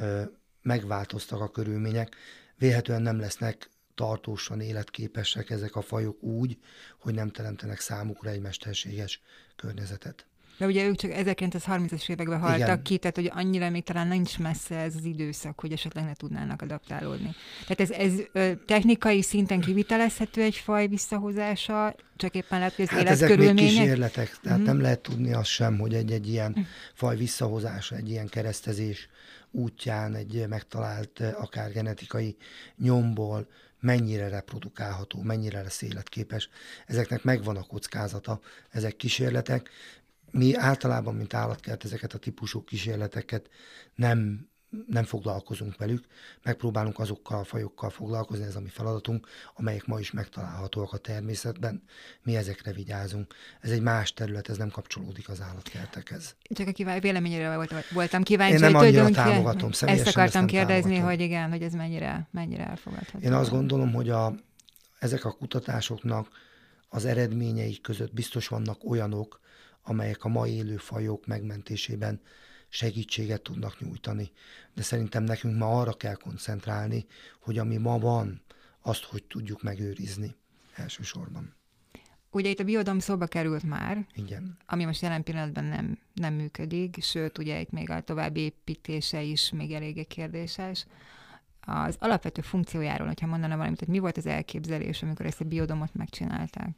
Megváltoztak a körülmények, vélhetően nem lesznek tartósan életképesek ezek a fajok úgy, hogy nem teremtenek számukra egy mesterséges környezetet. De ugye ők csak ezerkilencszázharmincas években haltak Igen. ki, tehát hogy annyira még talán nincs messze ez az időszak, hogy esetleg ne tudnának adaptálódni. Tehát ez, ez ö, technikai szinten kivitelezhető egy faj visszahozása, csak éppen lehet, hogy az hát életkörülmények... ezek még kísérletek, tehát mm. nem lehet tudni azt sem, hogy egy-egy ilyen mm. faj visszahozása, egy ilyen keresztezés útján, egy megtalált akár genetikai nyomból mennyire reprodukálható, mennyire lesz életképes. Ezeknek megvan a kockázata, ezek kísérletek. Mi általában, mint állatkert, ezeket a típusú kísérleteket nem, nem foglalkozunk velük, megpróbálunk azokkal a fajokkal foglalkozni, ez a mi feladatunk, amelyek ma is megtalálhatóak a természetben, mi ezekre vigyázunk. Ez egy más terület, ez nem kapcsolódik az állatkertekhez. Csak a véleményére voltam kíváncsi. Én nem annyira támogatom, személyesen ezt akartam ezt kérdezni, támogatom. Hogy igen, hogy ez mennyire, mennyire elfogadható. Én azt gondolom, hogy a, ezek a kutatásoknak az eredményei között biztos vannak olyanok, amelyek a ma élő fajok megmentésében segítséget tudnak nyújtani. De szerintem nekünk ma arra kell koncentrálni, hogy ami ma van, azt hogy tudjuk megőrizni elsősorban. Ugye itt a biodóm szóba került már, Igen. Ami most jelen pillanatban nem, nem működik, sőt, ugye itt még a további építése is még eléggé kérdéses. Az alapvető funkciójáról, hogyha mondaná valamit, hogy mi volt az elképzelés, amikor ezt a biodómot megcsinálták?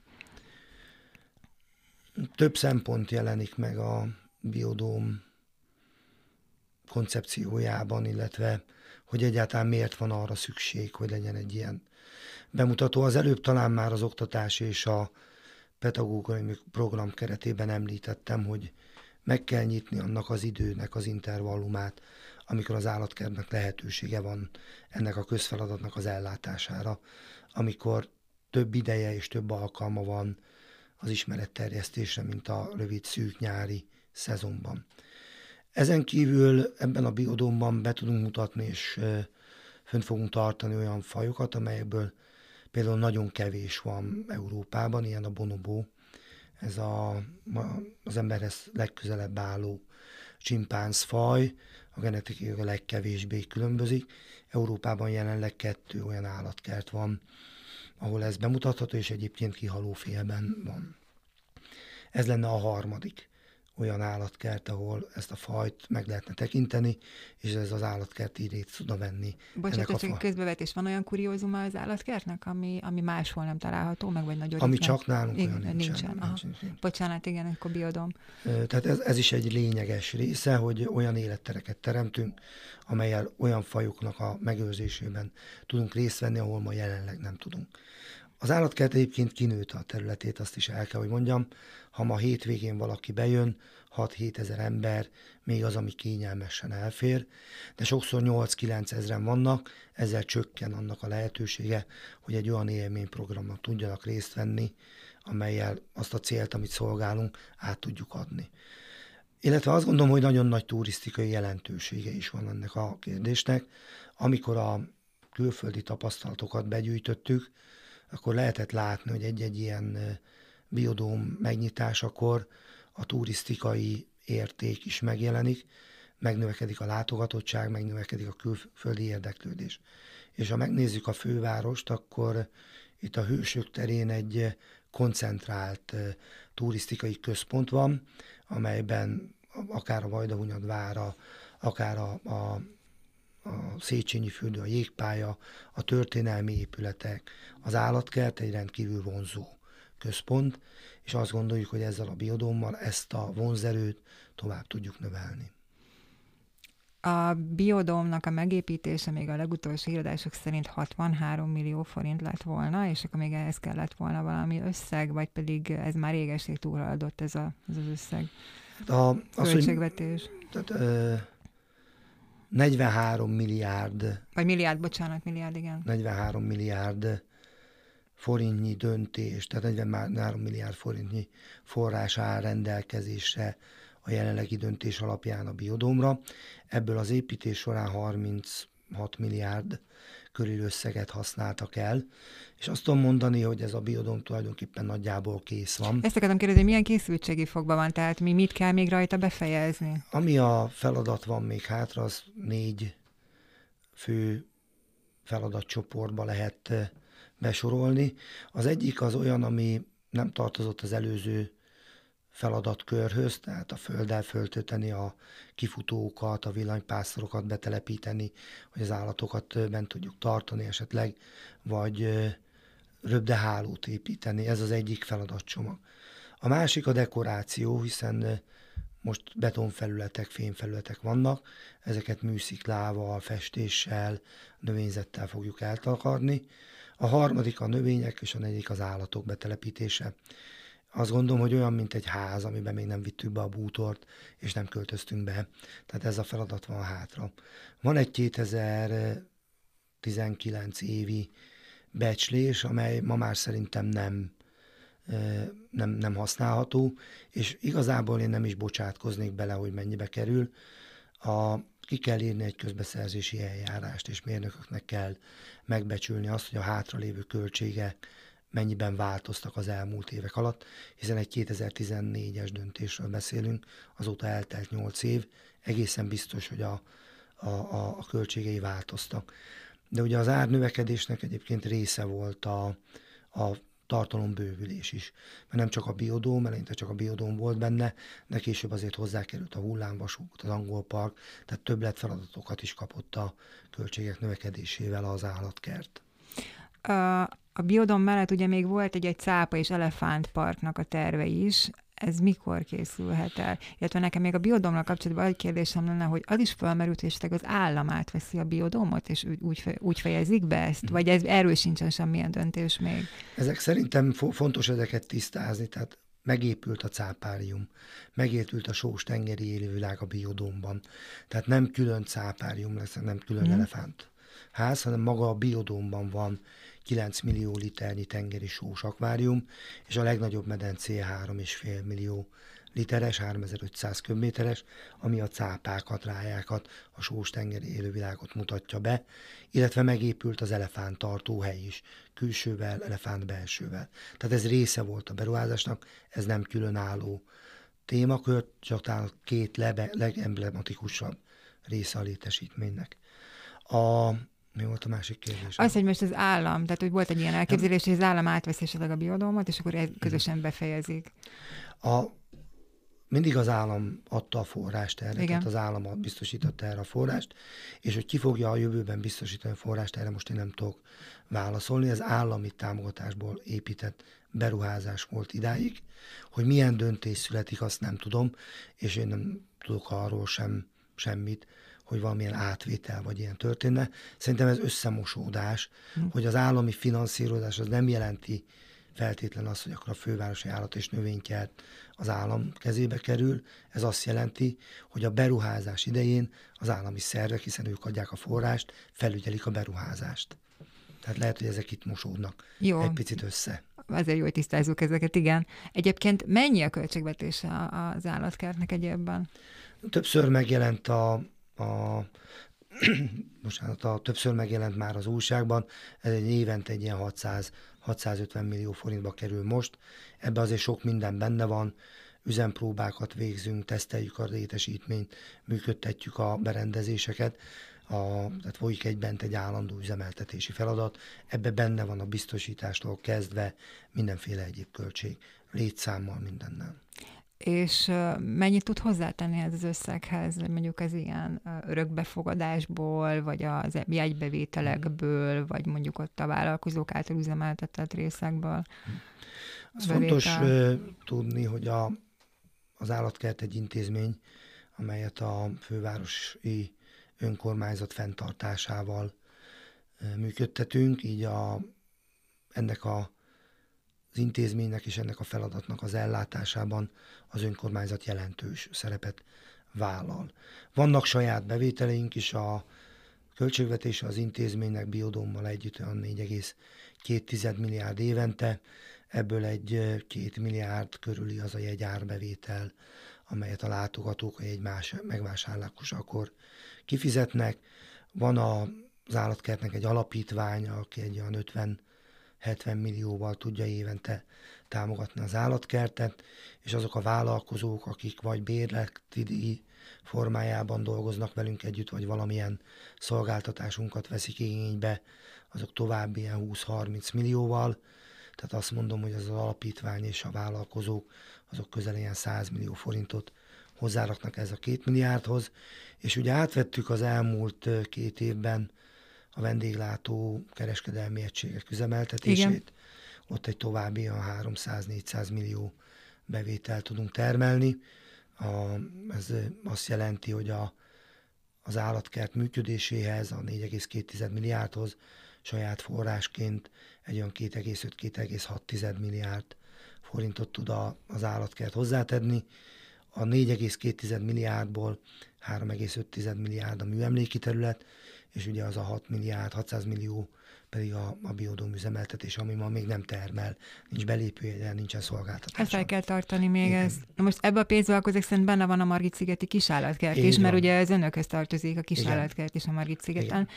Több szempont jelenik meg a biodóm koncepciójában, illetve hogy egyáltalán miért van arra szükség, hogy legyen egy ilyen bemutató. Az előbb talán már az oktatás és a pedagógiai program keretében említettem, hogy meg kell nyitni annak az időnek az intervallumát, amikor az állatkertnek lehetősége van ennek a közfeladatnak az ellátására, amikor több ideje és több alkalma van az ismeretterjesztésre, mint a rövid szűk nyári szezonban. Ezen kívül ebben a biodómban be tudunk mutatni, és fönt fogunk tartani olyan fajokat, amelyekből például nagyon kevés van Európában, ilyen a bonobó, ez a, az emberhez legközelebb álló csimpánzfaj, a genetikai a legkevésbé különbözik. Európában jelenleg kettő olyan állatkert van, ahol ez bemutatható, és egyébként kihalófélben van. Ez lenne a harmadik olyan állatkert, ahol ezt a fajt meg lehetne tekinteni, és ez az állatkert így tudna venni. Bocsánat, csak közbevetés, van olyan kuriózuma az állatkertnek, ami, ami máshol nem található, meg vagy nagyon Ami ritkán? csak nálunk igen, olyan nincsen. nincsen. nincsen. nincsen. Bocsánat, igen, akkor biodóm. Tehát ez, ez is egy lényeges része, hogy olyan élettereket teremtünk, amellyel olyan fajoknak a megőrzésében tudunk részt venni, ahol ma jelenleg nem tudunk. Az állatkert egyébként kinőtt a területét, azt is el kell, hogy mondjam. Ha ma hétvégén valaki bejön, hat-hét ezer ember, még az, ami kényelmesen elfér, de sokszor nyolc-kilenc ezren vannak, ezzel csökken annak a lehetősége, hogy egy olyan élményprogramban tudjanak részt venni, amellyel azt a célt, amit szolgálunk, át tudjuk adni. Illetve azt gondolom, hogy nagyon nagy turisztikai jelentősége is van ennek a kérdésnek. Amikor a külföldi tapasztalatokat begyűjtöttük, akkor lehetett látni, hogy egy-egy ilyen biodóm megnyitásakor a turisztikai érték is megjelenik, megnövekedik a látogatottság, megnövekedik a külföldi érdeklődés. És ha megnézzük a fővárost, akkor itt a Hősök terén egy koncentrált turisztikai központ van, amelyben akár a Vajdahunyad vára, akár a, a, a Széchenyi fürdő, a jégpálya, a történelmi épületek, az állatkert egy rendkívül vonzó központ, és azt gondoljuk, hogy ezzel a biodómmal ezt a vonzerőt tovább tudjuk növelni. A biodómnak a megépítése még a legutolsó híradások szerint hatvanhárom millió forint lett volna, és akkor még ehhez kellett volna valami összeg, vagy pedig ez már régeség túlhaladott ez, a, ez az összeg? A, Költségvetés. Az, hogy, tehát, ö, negyvenhárom milliárd. Vagy milliárd, bocsánat, milliárd, igen. negyvenhárom milliárd forintnyi döntés, tehát negyvenhárom milliárd forintnyi forrás áll rendelkezésre a jelenlegi döntés alapján a biodómra. Ebből az építés során harminchat milliárd körül összeget használtak el, és azt tudom mondani, hogy ez a biodóm tulajdonképpen nagyjából kész van. Ezt akartam kérdezni, hogy milyen készültségi fogban van, tehát mi mit kell még rajta befejezni? Ami a feladat van még hátra, az négy fő feladatcsoportba lehet besorolni. Az egyik az olyan, ami nem tartozott az előző feladatkörhöz, tehát a földdel föltölteni a kifutókat, a villanypásztorokat betelepíteni, hogy az állatokat bent tudjuk tartani esetleg, vagy röpdehálót építeni. Ez az egyik feladatcsomag. A másik a dekoráció, hiszen most betonfelületek, fémfelületek vannak, ezeket műsziklával, festéssel, növényzettel fogjuk eltakarni. A harmadik a növények, és a negyedik az állatok betelepítése. Azt gondolom, hogy olyan, mint egy ház, amiben még nem vittük be a bútort, és nem költöztünk be. Tehát ez a feladat van hátra. Van egy kétezer-tizenkilenc évi becslés, amely ma már szerintem nem, nem, nem használható, és igazából én nem is bocsátkoznék bele, hogy mennyibe kerül. A, ki kell írni egy közbeszerzési eljárást, és mérnököknek kell megbecsülni azt, hogy a hátralévő költségek mennyiben változtak az elmúlt évek alatt, hiszen egy kétezer-tizennégyes döntésről beszélünk, azóta eltelt nyolc év, egészen biztos, hogy a, a, a, a költségei változtak. De ugye az árnövekedésnek egyébként része volt a, a tartalombővülés is. Mert nem csak a biodóm, eleinte csak a biodóm volt benne, de később azért hozzákerült a hullámvasút, az angol park, tehát többlet feladatokat is kapott a költségek növekedésével az állatkert. A, a biodóm mellett ugye még volt egy, egy cápa és elefántparknak a terve is. Ez mikor készülhet el? Illetve nekem még a biodómmal kapcsolatban egy kérdésem lenne, hogy az is felmerült, hogy az állam átveszi a biodómot, és úgy, úgy fejezik be ezt? Vagy ez, erről sincsen semmilyen döntés még? Ezek szerintem fo- fontos ezeket tisztázni, tehát megépült a cápárium, megépült a sós tengeri élővilág a biodómban. Tehát nem külön cápárium lesz, nem külön hmm. elefánt ház, hanem maga a biodómban van kilenc millió liternyi tengeri sós akvárium, és a legnagyobb medencéje három egész öt millió literes, háromezer-ötszáz köbméteres, ami a cápákat, rájákat, a sós tengeri élővilágot mutatja be, illetve megépült az elefánt tartóhely is, külsővel, elefánt belsővel. Tehát ez része volt a beruházásnak, ez nem különálló témakör, csak talán két lebe, legemblematikusabb része a létesítménynek. A Mi volt a másik kérdés? Az, hogy most az állam, tehát hogy volt egy ilyen elképzelés, hogy az állam átveszi esetleg a biodómot, és akkor közösen befejezik. A, mindig az állam adta a forrást erre, Igen. tehát az állam biztosította erre a forrást, és hogy ki fogja a jövőben biztosítani a forrást, erre most én nem tudok válaszolni. Ez állami támogatásból épített beruházás volt idáig. Hogy milyen döntés születik, azt nem tudom, és én nem tudok arról sem semmit, hogy valamilyen átvétel vagy ilyen történne. Szerintem ez összemosódás, hmm. hogy az állami finanszírozás az nem jelenti feltétlen azt, hogy akkor a fővárosi állat és növénykert az állam kezébe kerül. Ez azt jelenti, hogy a beruházás idején az állami szervek, hiszen ők adják a forrást, felügyelik a beruházást. Tehát lehet, hogy ezek itt mosódnak Jó. egy picit össze. azért jó, hogy tisztázzuk ezeket, igen. Egyébként mennyi a költségvetése az állatkertnek egy évben? Többször megjelent a, a bocsánat, a, többször megjelent már az újságban, ez egy évente egy ilyen hatszáz-hatszázötven millió forintba kerül most. Ebben azért sok minden benne van, üzempróbákat végzünk, teszteljük a létesítményt, működtetjük a berendezéseket, a, tehát folyik egy bent egy állandó üzemeltetési feladat, ebbe benne van a biztosítástól kezdve mindenféle egyéb költség, létszámmal, mindennel. És mennyit tud hozzátenni ez az összeghez, mondjuk az ilyen örökbefogadásból, vagy az jegybevételekből, vagy mondjuk ott a vállalkozók által üzemeltetett részekből? Az fontos uh, tudni, hogy a, az állatkert egy intézmény, amelyet a fővárosi önkormányzat fenntartásával uh, működtetünk, így a, ennek a az intézménynek és ennek a feladatnak az ellátásában az önkormányzat jelentős szerepet vállal. Vannak saját bevételeink is, a költségvetése az intézménynek biodómmal együtt olyan négy egész két milliárd évente, ebből egy két milliárd körüli az a jegyárbevétel, amelyet a látogatók a jegy más megvásárlásakor kifizetnek. Van az állatkertnek egy alapítványa, aki egy olyan ötven hetven millióval tudja évente támogatni az állatkertet, és azok a vállalkozók, akik vagy bérleti formájában dolgoznak velünk együtt, vagy valamilyen szolgáltatásunkat veszik igénybe, azok további ilyen húsz-harminc millióval. Tehát azt mondom, hogy az, az alapítvány és a vállalkozók, azok közel ilyen száz millió forintot hozzáraknak ez a két milliárdhoz. És ugye átvettük az elmúlt két évben a vendéglátó kereskedelmi egységek üzemeltetését. Igen. Ott egy további a háromszáz-négyszáz millió bevételt tudunk termelni. A, ez azt jelenti, hogy a, az állatkert működéséhez, a négy egész két milliárdhoz saját forrásként egy olyan két egész öt-két egész hat milliárd forintot tud a, az állatkert hozzátenni. A négy egész két milliárdból három egész öt milliárd a műemléki terület, és ugye az a hat milliárd, hatszáz millió pedig a, a biodóm üzemeltetés, ami ma még nem termel, nincs belépője, nincsen szolgáltatás. Ezt el kell tartani még ezt. Na most ebbe a pénzvállalkozók szerint benne van a Margit-szigeti kisállatkert is, mert ugye ez önökhöz tartozik a kisállatkert és a Margit-szigeten.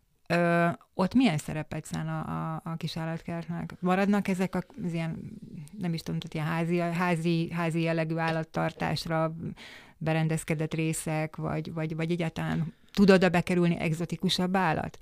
Ö, ott milyen szerepet szán a, a, a kisállatkertnek? Maradnak ezek az ilyen, nem is tudom, ilyen házi, házi, házi jellegű állattartásra berendezkedett részek, vagy, vagy, vagy egyáltalán tud oda bekerülni egzotikusabb állat?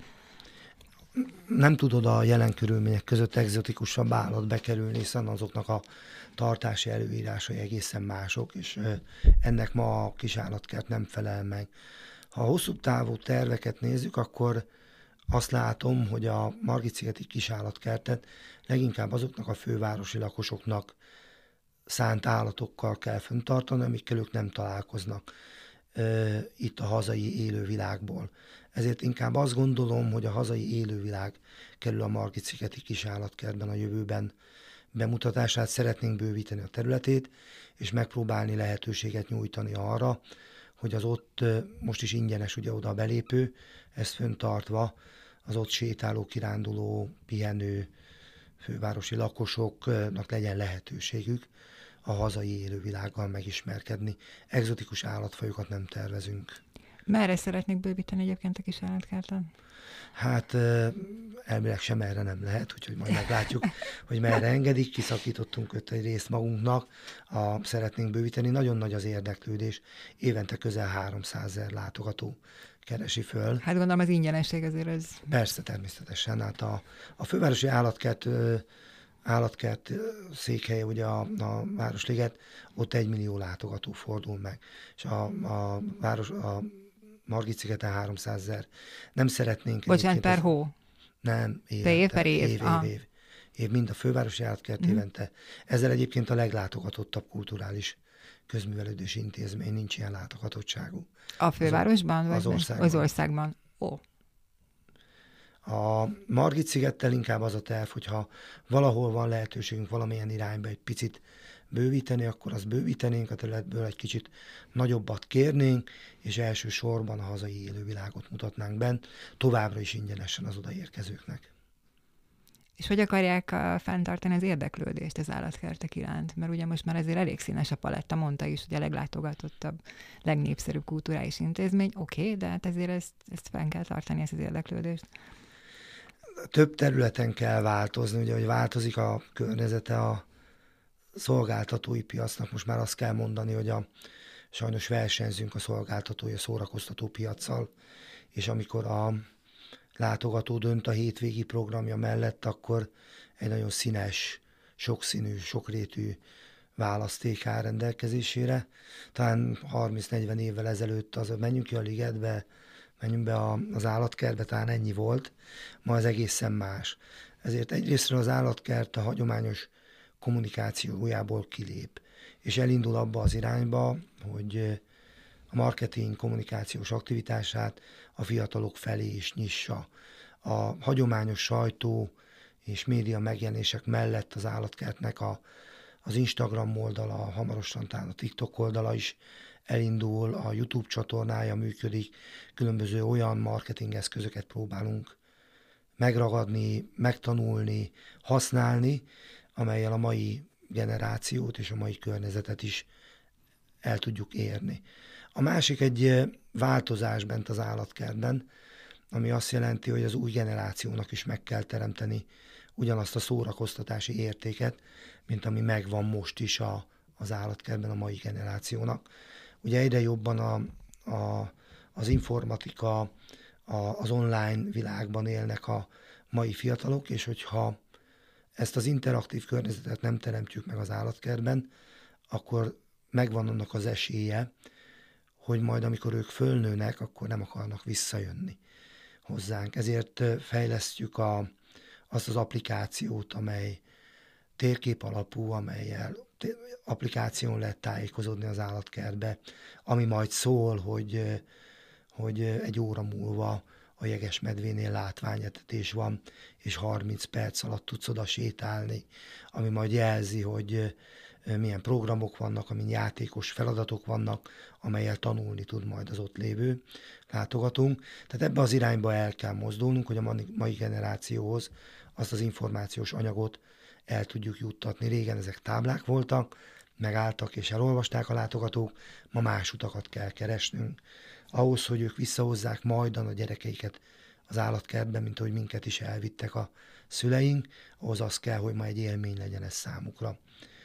Nem tud oda a jelen körülmények között egzotikusabb állat bekerülni, hiszen azoknak a tartási előírásai egészen mások, és ennek ma a kisállatkert nem felel meg. Ha a hosszú távú terveket nézzük, akkor azt látom, hogy a Margit-szigeti kisállatkertet leginkább azoknak a fővárosi lakosoknak szánt állatokkal kell fenntartani, amikkel ők nem találkoznak e, itt a hazai élővilágból. Ezért inkább azt gondolom, hogy a hazai élővilág kerül a Margit-szigeti kisállatkertben a jövőben bemutatását, szeretnénk bővíteni a területét, és megpróbálni lehetőséget nyújtani arra, hogy az ott most is ingyenes ugye oda a belépő, ezt föntartva az ott sétáló, kiránduló, pihenő fővárosi lakosoknak legyen lehetőségük a hazai élővilággal megismerkedni. Egzotikus állatfajokat nem tervezünk. Merre szeretnék bővíteni egyébként a kisállatkertet? Hát elvileg sem erre nem lehet, úgyhogy majd meglátjuk, hogy merre engedik. Kiszakítottunk öt egy részt magunknak, a, szeretnénk bővíteni. Nagyon nagy az érdeklődés, évente közel háromszázezer látogató keresi föl. Hát gondolom az ingyenesség azért ez... Persze, természetesen. Hát a, a fővárosi állatkert, állatkert székhelye, ugye a, a Városliget, ott egy millió látogató fordul meg. És a, a város... A, Margit-szigeten háromszázezer. Nem szeretnénk... Bocsánat, per hó? Nem, évente. Év per év? Év, év, év, év. év. Mind a fővárosi állatkert mm. évente. Ezzel egyébként a leglátogatottabb kulturális közművelődési intézmény, nincs ilyen látogatottságú. A fővárosban? Az, vagy az országban. Az országban. Ó. A Margit-szigettel inkább az a terv, hogyha valahol van lehetőségünk valamilyen irányba egy picit bővíteni, akkor azt bővítenénk, a területből egy kicsit nagyobbat kérnénk, és elsősorban a hazai élővilágot mutatnánk bent, továbbra is ingyenesen az odaérkezőknek. És hogy akarják uh, fenntartani az érdeklődést az állatkertek iránt? Mert ugye most már azért elég színes a paletta, mondta is, hogy a leglátogatottabb, legnépszerűbb kulturális intézmény. Oké, okay, de hát ezért ezt, ezt fenn kell tartani, ezt az érdeklődést. Több területen kell változni, ugye, hogy változik a környezete a szolgáltatói piacnak. Most már azt kell mondani, hogy a, sajnos versenyzünk a szolgáltatói, a szórakoztató piaccal, és amikor a látogató dönt a hétvégi programja mellett, akkor egy nagyon színes, sokszínű, sokrétű választék áll rendelkezésére. Talán harminc-negyven évvel ezelőtt az, menjünk ki a ligetbe, menjünk be a, az állatkertbe, talán ennyi volt, ma az egészen más. Ezért egyrésztről az állatkert a hagyományos kommunikációjából kilép, és elindul abba az irányba, hogy a marketing kommunikációs aktivitását a fiatalok felé is nyissa. A hagyományos sajtó és média megjelenések mellett az állatkertnek a, az Instagram oldala, hamarosan talán a TikTok oldala is elindul, a YouTube csatornája működik, különböző olyan marketing eszközöket próbálunk megragadni, megtanulni, használni, amellyel a mai generációt és a mai környezetet is el tudjuk érni. A másik egy változás bent az állatkertben, ami azt jelenti, hogy az új generációnak is meg kell teremteni ugyanazt a szórakoztatási értéket, mint ami megvan most is a, az állatkertben a mai generációnak. Ugye egyre jobban a, a, az informatika, a, az online világban élnek a mai fiatalok, és hogyha ezt az interaktív környezetet nem teremtjük meg az állatkertben, akkor megvan annak az esélye, hogy majd amikor ők fölnőnek, akkor nem akarnak visszajönni hozzánk. Ezért fejlesztjük a, azt az applikációt, amely térkép alapú, amellyel applikáción lehet tájékozódni az állatkertbe, ami majd szól, hogy, hogy egy óra múlva a jegesmedvénél látványetetés van, és harminc perc alatt tudsz oda sétálni, ami majd jelzi, hogy milyen programok vannak, amin játékos feladatok vannak, amellyel tanulni tud majd az ott lévő látogatónk. Tehát ebbe az irányba el kell mozdulnunk, hogy a mai generációhoz azt az információs anyagot el tudjuk juttatni. Régen ezek táblák voltak, megálltak és elolvasták a látogatók, ma más utakat kell keresnünk. Ahhoz, hogy ők visszahozzák majdan a gyerekeiket az állatkertbe, mint ahogy minket is elvittek a szüleink, ahhoz az kell, hogy ma egy élmény legyen ez számukra.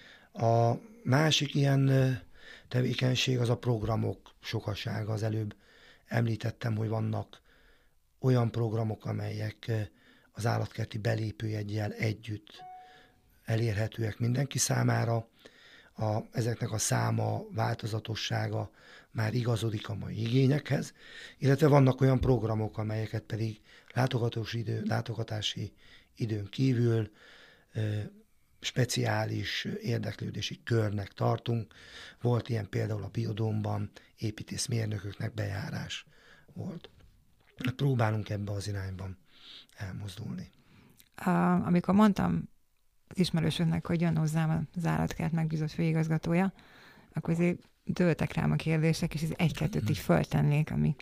A másik ilyen tevékenység az a programok sokasága. Az előbb említettem, hogy vannak olyan programok, amelyek az állatkerti belépőjeggyel együtt elérhetőek mindenki számára. A, ezeknek a száma, változatossága már igazodik a mai igényekhez, illetve vannak olyan programok, amelyeket pedig látogatós idő, látogatási időn kívül speciális érdeklődési körnek tartunk. Volt ilyen például a Biodómban, építészmérnököknek bejárás volt. Próbálunk ebbe az irányban elmozdulni. A, amikor mondtam az ismerősöknek, hogy jön hozzám az állatkert megbízott főigazgatója, akkor azért dőltek rám a kérdések, és ez egy-kettőt így föltennék, ami,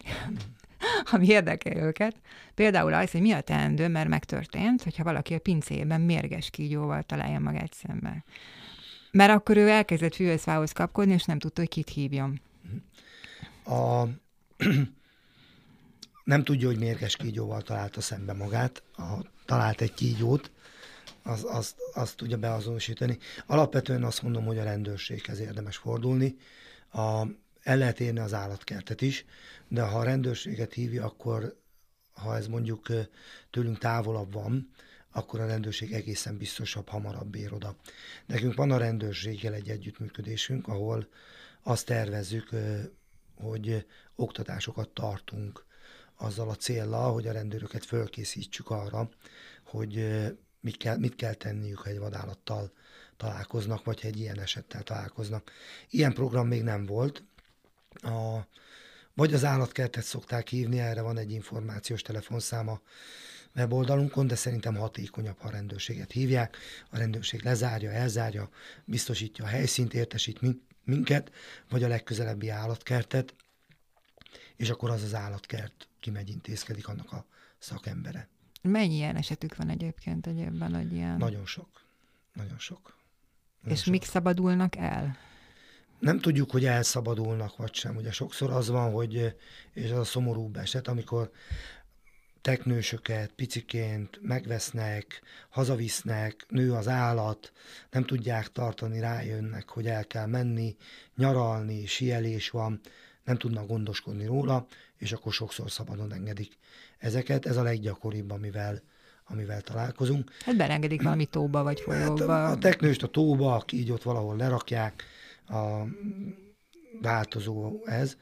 ami érdekel őket. Például az, hogy mi a teendő, mert megtörtént, hogyha valaki a pincéjében mérges kígyóval találja magát szemben. Mert akkor ő elkezdett fűhözfához kapkodni, és nem tudta, hogy kit hívjon. A... Nem tudja, hogy mérges kígyóval találta szembe magát. Ha talált egy kígyót, az, azt, azt tudja beazonosítani. Alapvetően azt mondom, hogy a rendőrséghez érdemes fordulni. A, el lehet érni az állatkertet is, de ha a rendőrséget hívja, akkor ha ez mondjuk tőlünk távolabb van, akkor a rendőrség egészen biztosabb, hamarabb ér oda. Nekünk van a rendőrséggel egy együttműködésünk, ahol azt tervezzük, hogy oktatásokat tartunk azzal a céllal, hogy a rendőröket fölkészítsük arra, hogy mit kell, mit kell tenniük, ha egy vadállattal találkoznak, vagy ha egy ilyen esettel találkoznak. Ilyen program még nem volt. A, vagy az állatkertet szokták hívni, erre van egy információs telefonszáma weboldalunkon, de szerintem hatékonyabb, ha a rendőrséget hívják. A rendőrség lezárja, elzárja, biztosítja a helyszínt, értesít minket, vagy a legközelebbi állatkertet, és akkor az az állatkert kimegy, intézkedik, annak a szakembere. Mennyi ilyen esetük van egyébként egy évben, hogy ilyen... Nagyon sok. Nagyon sok. Nagyon És sok. mik szabadulnak el? Nem tudjuk, hogy elszabadulnak, vagy sem. Ugye sokszor az van, hogy, és az a szomorúbb eset, amikor teknősöket piciként megvesznek, hazavisznek, nő az állat, nem tudják tartani, rájönnek, hogy el kell menni, nyaralni, síelés van, nem tudnak gondoskodni róla, és akkor sokszor szabadon engedik ezeket. Ez a leggyakoribb, amivel, amivel találkozunk. Hát belengedik valami tóba vagy folyóba. Hát a teknőst a tóba, aki így ott valahol lerakják, a változó ez.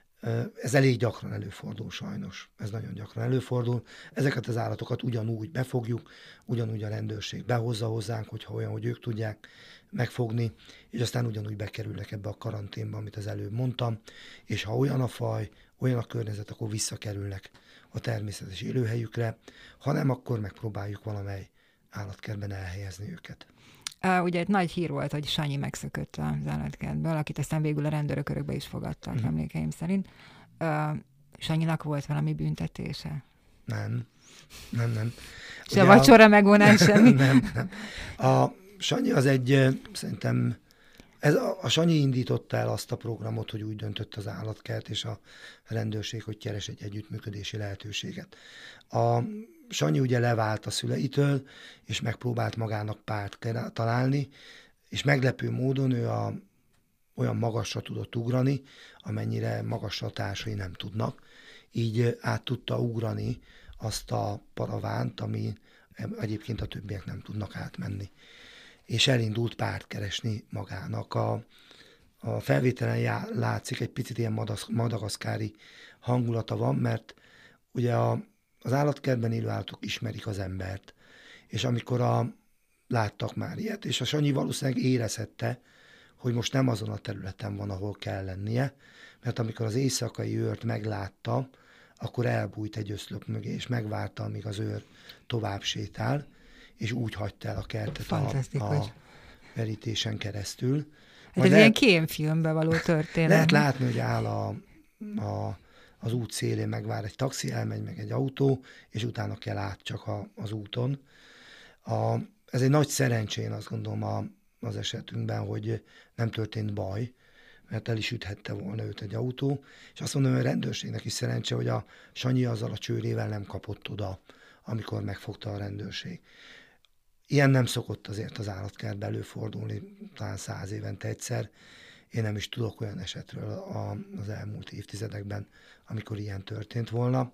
Ez elég gyakran előfordul sajnos. Ez nagyon gyakran előfordul. Ezeket az állatokat ugyanúgy befogjuk, ugyanúgy a rendőrség behozza hozzánk, hogyha olyan, hogy ők tudják megfogni, és aztán ugyanúgy bekerülnek ebbe a karanténba, amit az előbb mondtam, és ha olyan a faj, olyan a környezet, akkor visszakerülnek a természetes élőhelyükre, ha nem, akkor megpróbáljuk valamely állatkertben elhelyezni őket. Uh, ugye egy nagy hír volt, hogy Sanyi megszökött az állatkertből, akit aztán végül a rendőrök örökbe is fogadtak, mm. emlékeim szerint. Uh, Sanyinak volt valami büntetése? Nem, nem, nem. Se vacsora, a... megvonás, semmi? Nem, nem. A Sanyi az egy, szerintem, ez a, a Sanyi indította el azt a programot, hogy úgy döntött az állatkert és a rendőrség, hogy keres egy együttműködési lehetőséget. A Sanyi ugye levált a szüleitől, és megpróbált magának párt találni, és meglepő módon ő a, olyan magasra tudott ugrani, amennyire magasra a társai nem tudnak. Így át tudta ugrani azt a paravánt, ami egyébként a többiek nem tudnak átmenni. És elindult párt keresni magának. A, a felvételen já, látszik, egy picit ilyen madagaszkári hangulata van, mert ugye a az állatkertben élő állatok ismerik az embert, és amikor a, láttak már ilyet, és a Sanyi valószínűleg érezhette, hogy most nem azon a területen van, ahol kell lennie, mert amikor az éjszakai őrt meglátta, akkor elbújt egy oszlop mögé, és megvárta, amíg az őr tovább sétál, és úgy hagyta el a kertet a, a verítésen keresztül. Hát ez ilyen kémfilmbe való történet. Lehet látni, hogy áll a, a az út szélén, megvár egy taxi, elmegy meg egy autó, és utána kell át csak a, az úton. A, ez egy nagy szerencse, én azt gondolom a, az esetünkben, hogy nem történt baj, mert el is üthette volna őt egy autó, és azt mondom, hogy a rendőrségnek is szerencse, hogy a Sanyi azzal a csőrével nem kapott oda, amikor megfogta a rendőrség. Ilyen nem szokott azért az állatkertben előfordulni, talán száz évente egyszer. Én nem is tudok olyan esetről a, az elmúlt évtizedekben, amikor ilyen történt volna.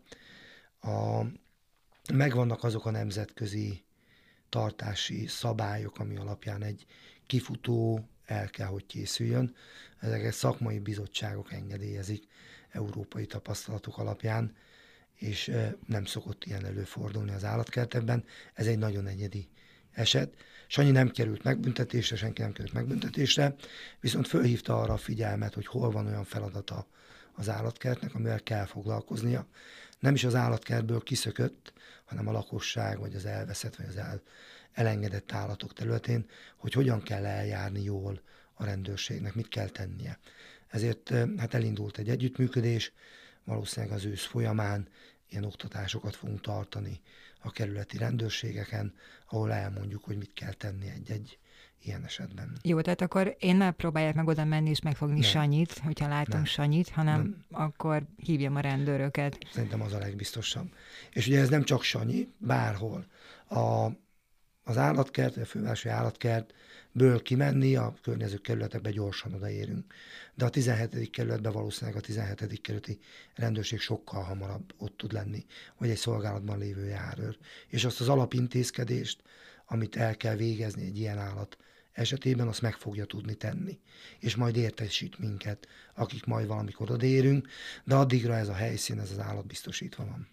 A, megvannak azok a nemzetközi tartási szabályok, ami alapján egy kifutó el kell, hogy készüljön. Ezeket szakmai bizottságok engedélyezik európai tapasztalatok alapján, és nem szokott ilyen előfordulni az állatkertekben. Ez egy nagyon egyedi eset. Sanyi nem került megbüntetésre, senki nem került megbüntetésre, viszont fölhívta arra a figyelmet, hogy hol van olyan feladata az állatkertnek, amivel kell foglalkoznia. Nem is az állatkertből kiszökött, hanem a lakosság, vagy az elveszett, vagy az el, elengedett állatok területén, hogy hogyan kell eljárni jól a rendőrségnek, mit kell tennie. Ezért hát elindult egy együttműködés, valószínűleg az ősz folyamán ilyen oktatásokat fogunk tartani a kerületi rendőrségeken, ahol elmondjuk, hogy mit kell tenni egy-egy ilyen esetben. Jó, tehát akkor én ne próbálják meg oda menni és megfogni nem. Sanyit, hogyha látom nem. Sanyit, hanem nem. Akkor hívjam a rendőröket. Szerintem az a legbiztosabb. És ugye ez nem csak Sanyi, bárhol. A, az állatkert, a fővárosi állatkertből kimenni, a környező kerületekbe gyorsan odaérünk. De a tizenhetedik kerületben valószínűleg a tizenhetedik kerületi rendőrség sokkal hamarabb ott tud lenni, vagy egy szolgálatban lévő járőr. És azt az alapintézkedést, amit el kell végezni egy ilyen állat esetében, azt meg fogja tudni tenni. És majd értesít minket, akik majd valamikor odaérünk, de addigra ez a helyszín, ez az állat biztosítva van.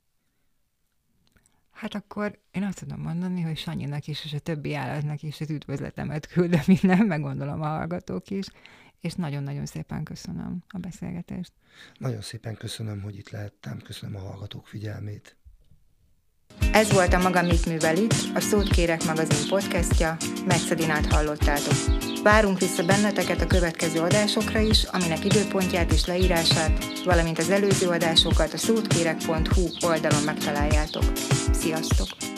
Hát akkor én azt tudom mondani, hogy Sanyinak is, és a többi állatnak is az üdvözletemet küldöm minden, meg gondolom a hallgatók is, és nagyon-nagyon szépen köszönöm a beszélgetést. Nagyon szépen köszönöm, hogy itt lehettem, köszönöm a hallgatók figyelmét. Ez volt a Maga mit művel itt, a Szót kérek magazin podcastja, Metszedinát hallottátok. Várunk vissza benneteket a következő adásokra is, aminek időpontját és leírását, valamint az előző adásokat a szótkérek pont hu oldalon megtaláljátok. Sziasztok!